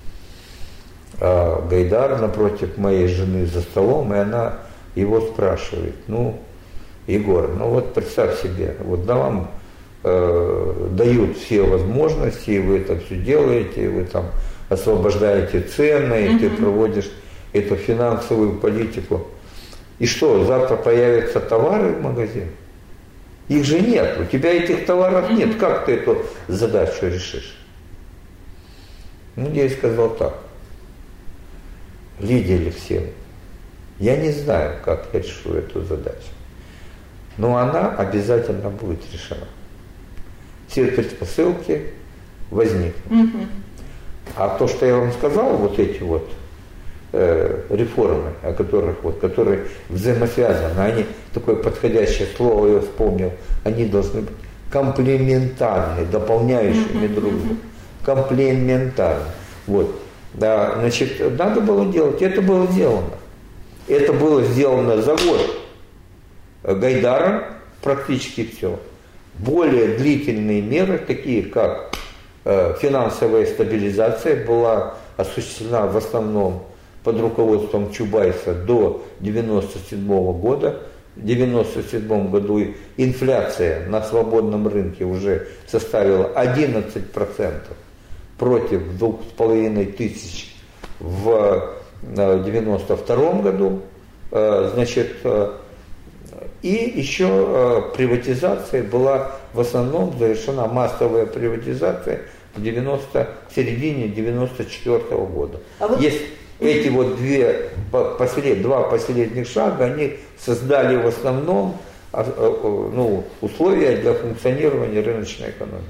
А Гайдар напротив моей жены за столом, и она его спрашивает: ну, Егор, ну вот представь себе, вот да вам э, дают все возможности, и вы это все делаете, и вы там освобождаете цены, и mm-hmm. ты проводишь эту финансовую политику. И что, завтра появятся товары в магазине? Их же нет, у тебя этих товаров нет. Mm-hmm. Как ты эту задачу решишь? Ну, я ей сказал так. Лидия Алексеевна, я не знаю, как я решу эту задачу, но она обязательно будет решена. Все предпосылки возникнут. Mm-hmm. А то, что я вам сказал, вот эти вот реформы, о которых вот, которые взаимосвязаны, они, такое подходящее слово я вспомнил, они должны быть комплементарны, дополняющими mm-hmm. друг друга. Комплементарны. Вот. Да, значит, надо было делать, это было сделано. Это было сделано за год. Гайдаром практически все. Более длительные меры, такие как э, финансовая стабилизация, была осуществлена в основном под руководством Чубайса до девяносто седьмого года. девяносто седьмом году инфляция на свободном рынке уже составила одиннадцать процентов против двух с половиной тысяч в девяносто втором году. Значит, и еще приватизация была в основном завершена, массовая приватизация в, девяносто, в середине девяносто четвёртого года. А вот... Есть эти вот две, послед, два последних шага, они создали в основном ну, условия для функционирования рыночной экономики.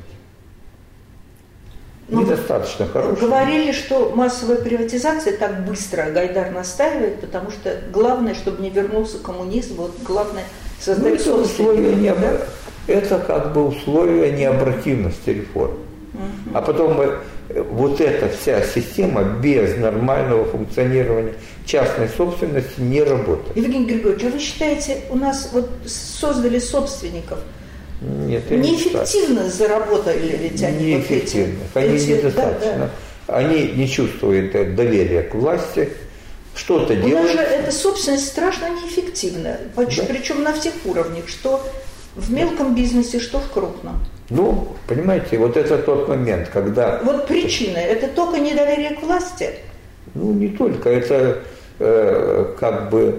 Недостаточно хорошие. Говорили, что массовая приватизация так быстро Гайдар настаивает, потому что главное, чтобы не вернулся коммунизм, вот главное создать ну, это условия не, да? Это как бы условия необратимости реформ. Угу. А потом вот эта вся система без нормального функционирования частной собственности не работает. Евгений Григорьевич, а вы считаете, у нас вот создали собственников? Нет, неэффективно не заработали ведь они? Неэффективно. Вот эти, они эти, недостаточно. Да, да. Они не чувствуют доверия к власти, что-то делают. У нас же эта собственность страшно неэффективна, да. Причем на всех уровнях, что в мелком бизнесе, что в крупном. Ну, понимаете, вот это тот момент, когда... Вот причина, это только недоверие к власти? Ну, не только, это э, как бы...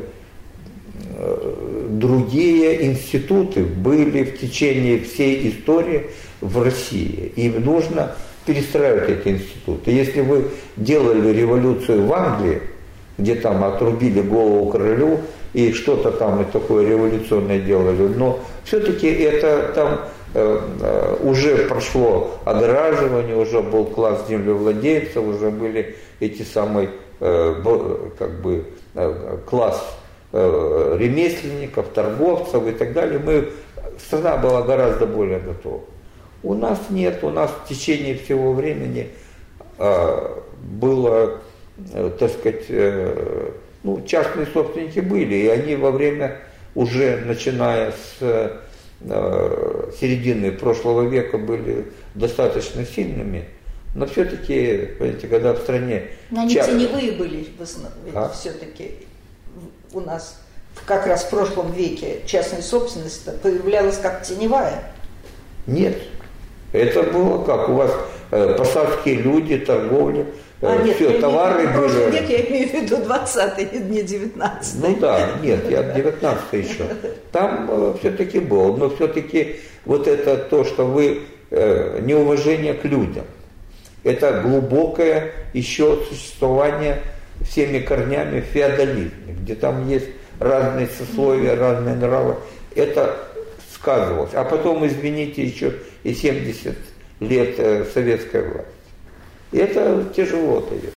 другие институты были в течение всей истории в России. Им нужно перестраивать эти институты. Если вы делали революцию в Англии, где там отрубили голову королю и что-то там и такое революционное делали, но все-таки это там э, э, уже прошло огораживание, уже был класс землевладельцев, уже были эти самые э, как бы э, класс ремесленников, торговцев и так далее, мы, страна была гораздо более готова. У нас нет, у нас в течение всего времени э, было, э, так сказать, э, ну, частные собственники были, и они во время, уже начиная с э, середины прошлого века, были достаточно сильными, но все-таки, понимаете, когда в стране... Но они ча... теневые были в основном, а? Все-таки... У нас как раз в прошлом веке частная собственность появлялась как теневая. Нет. Это было как? У вас э, посадские люди, торговля, э, а, нет, все, товары были. В прошлом веке я имею в виду двадцатый, не девятнадцатый. Ну да, нет, я девятнадцатый еще. Там э, все-таки было. Но все-таки вот это то, что вы э, неуважение к людям. Это глубокое еще существование всеми корнями в феодализме, где там есть разные сословия, разные нравы. Это сказывалось. А потом, извините, еще и семьдесят лет советской власти. И это тяжело дает.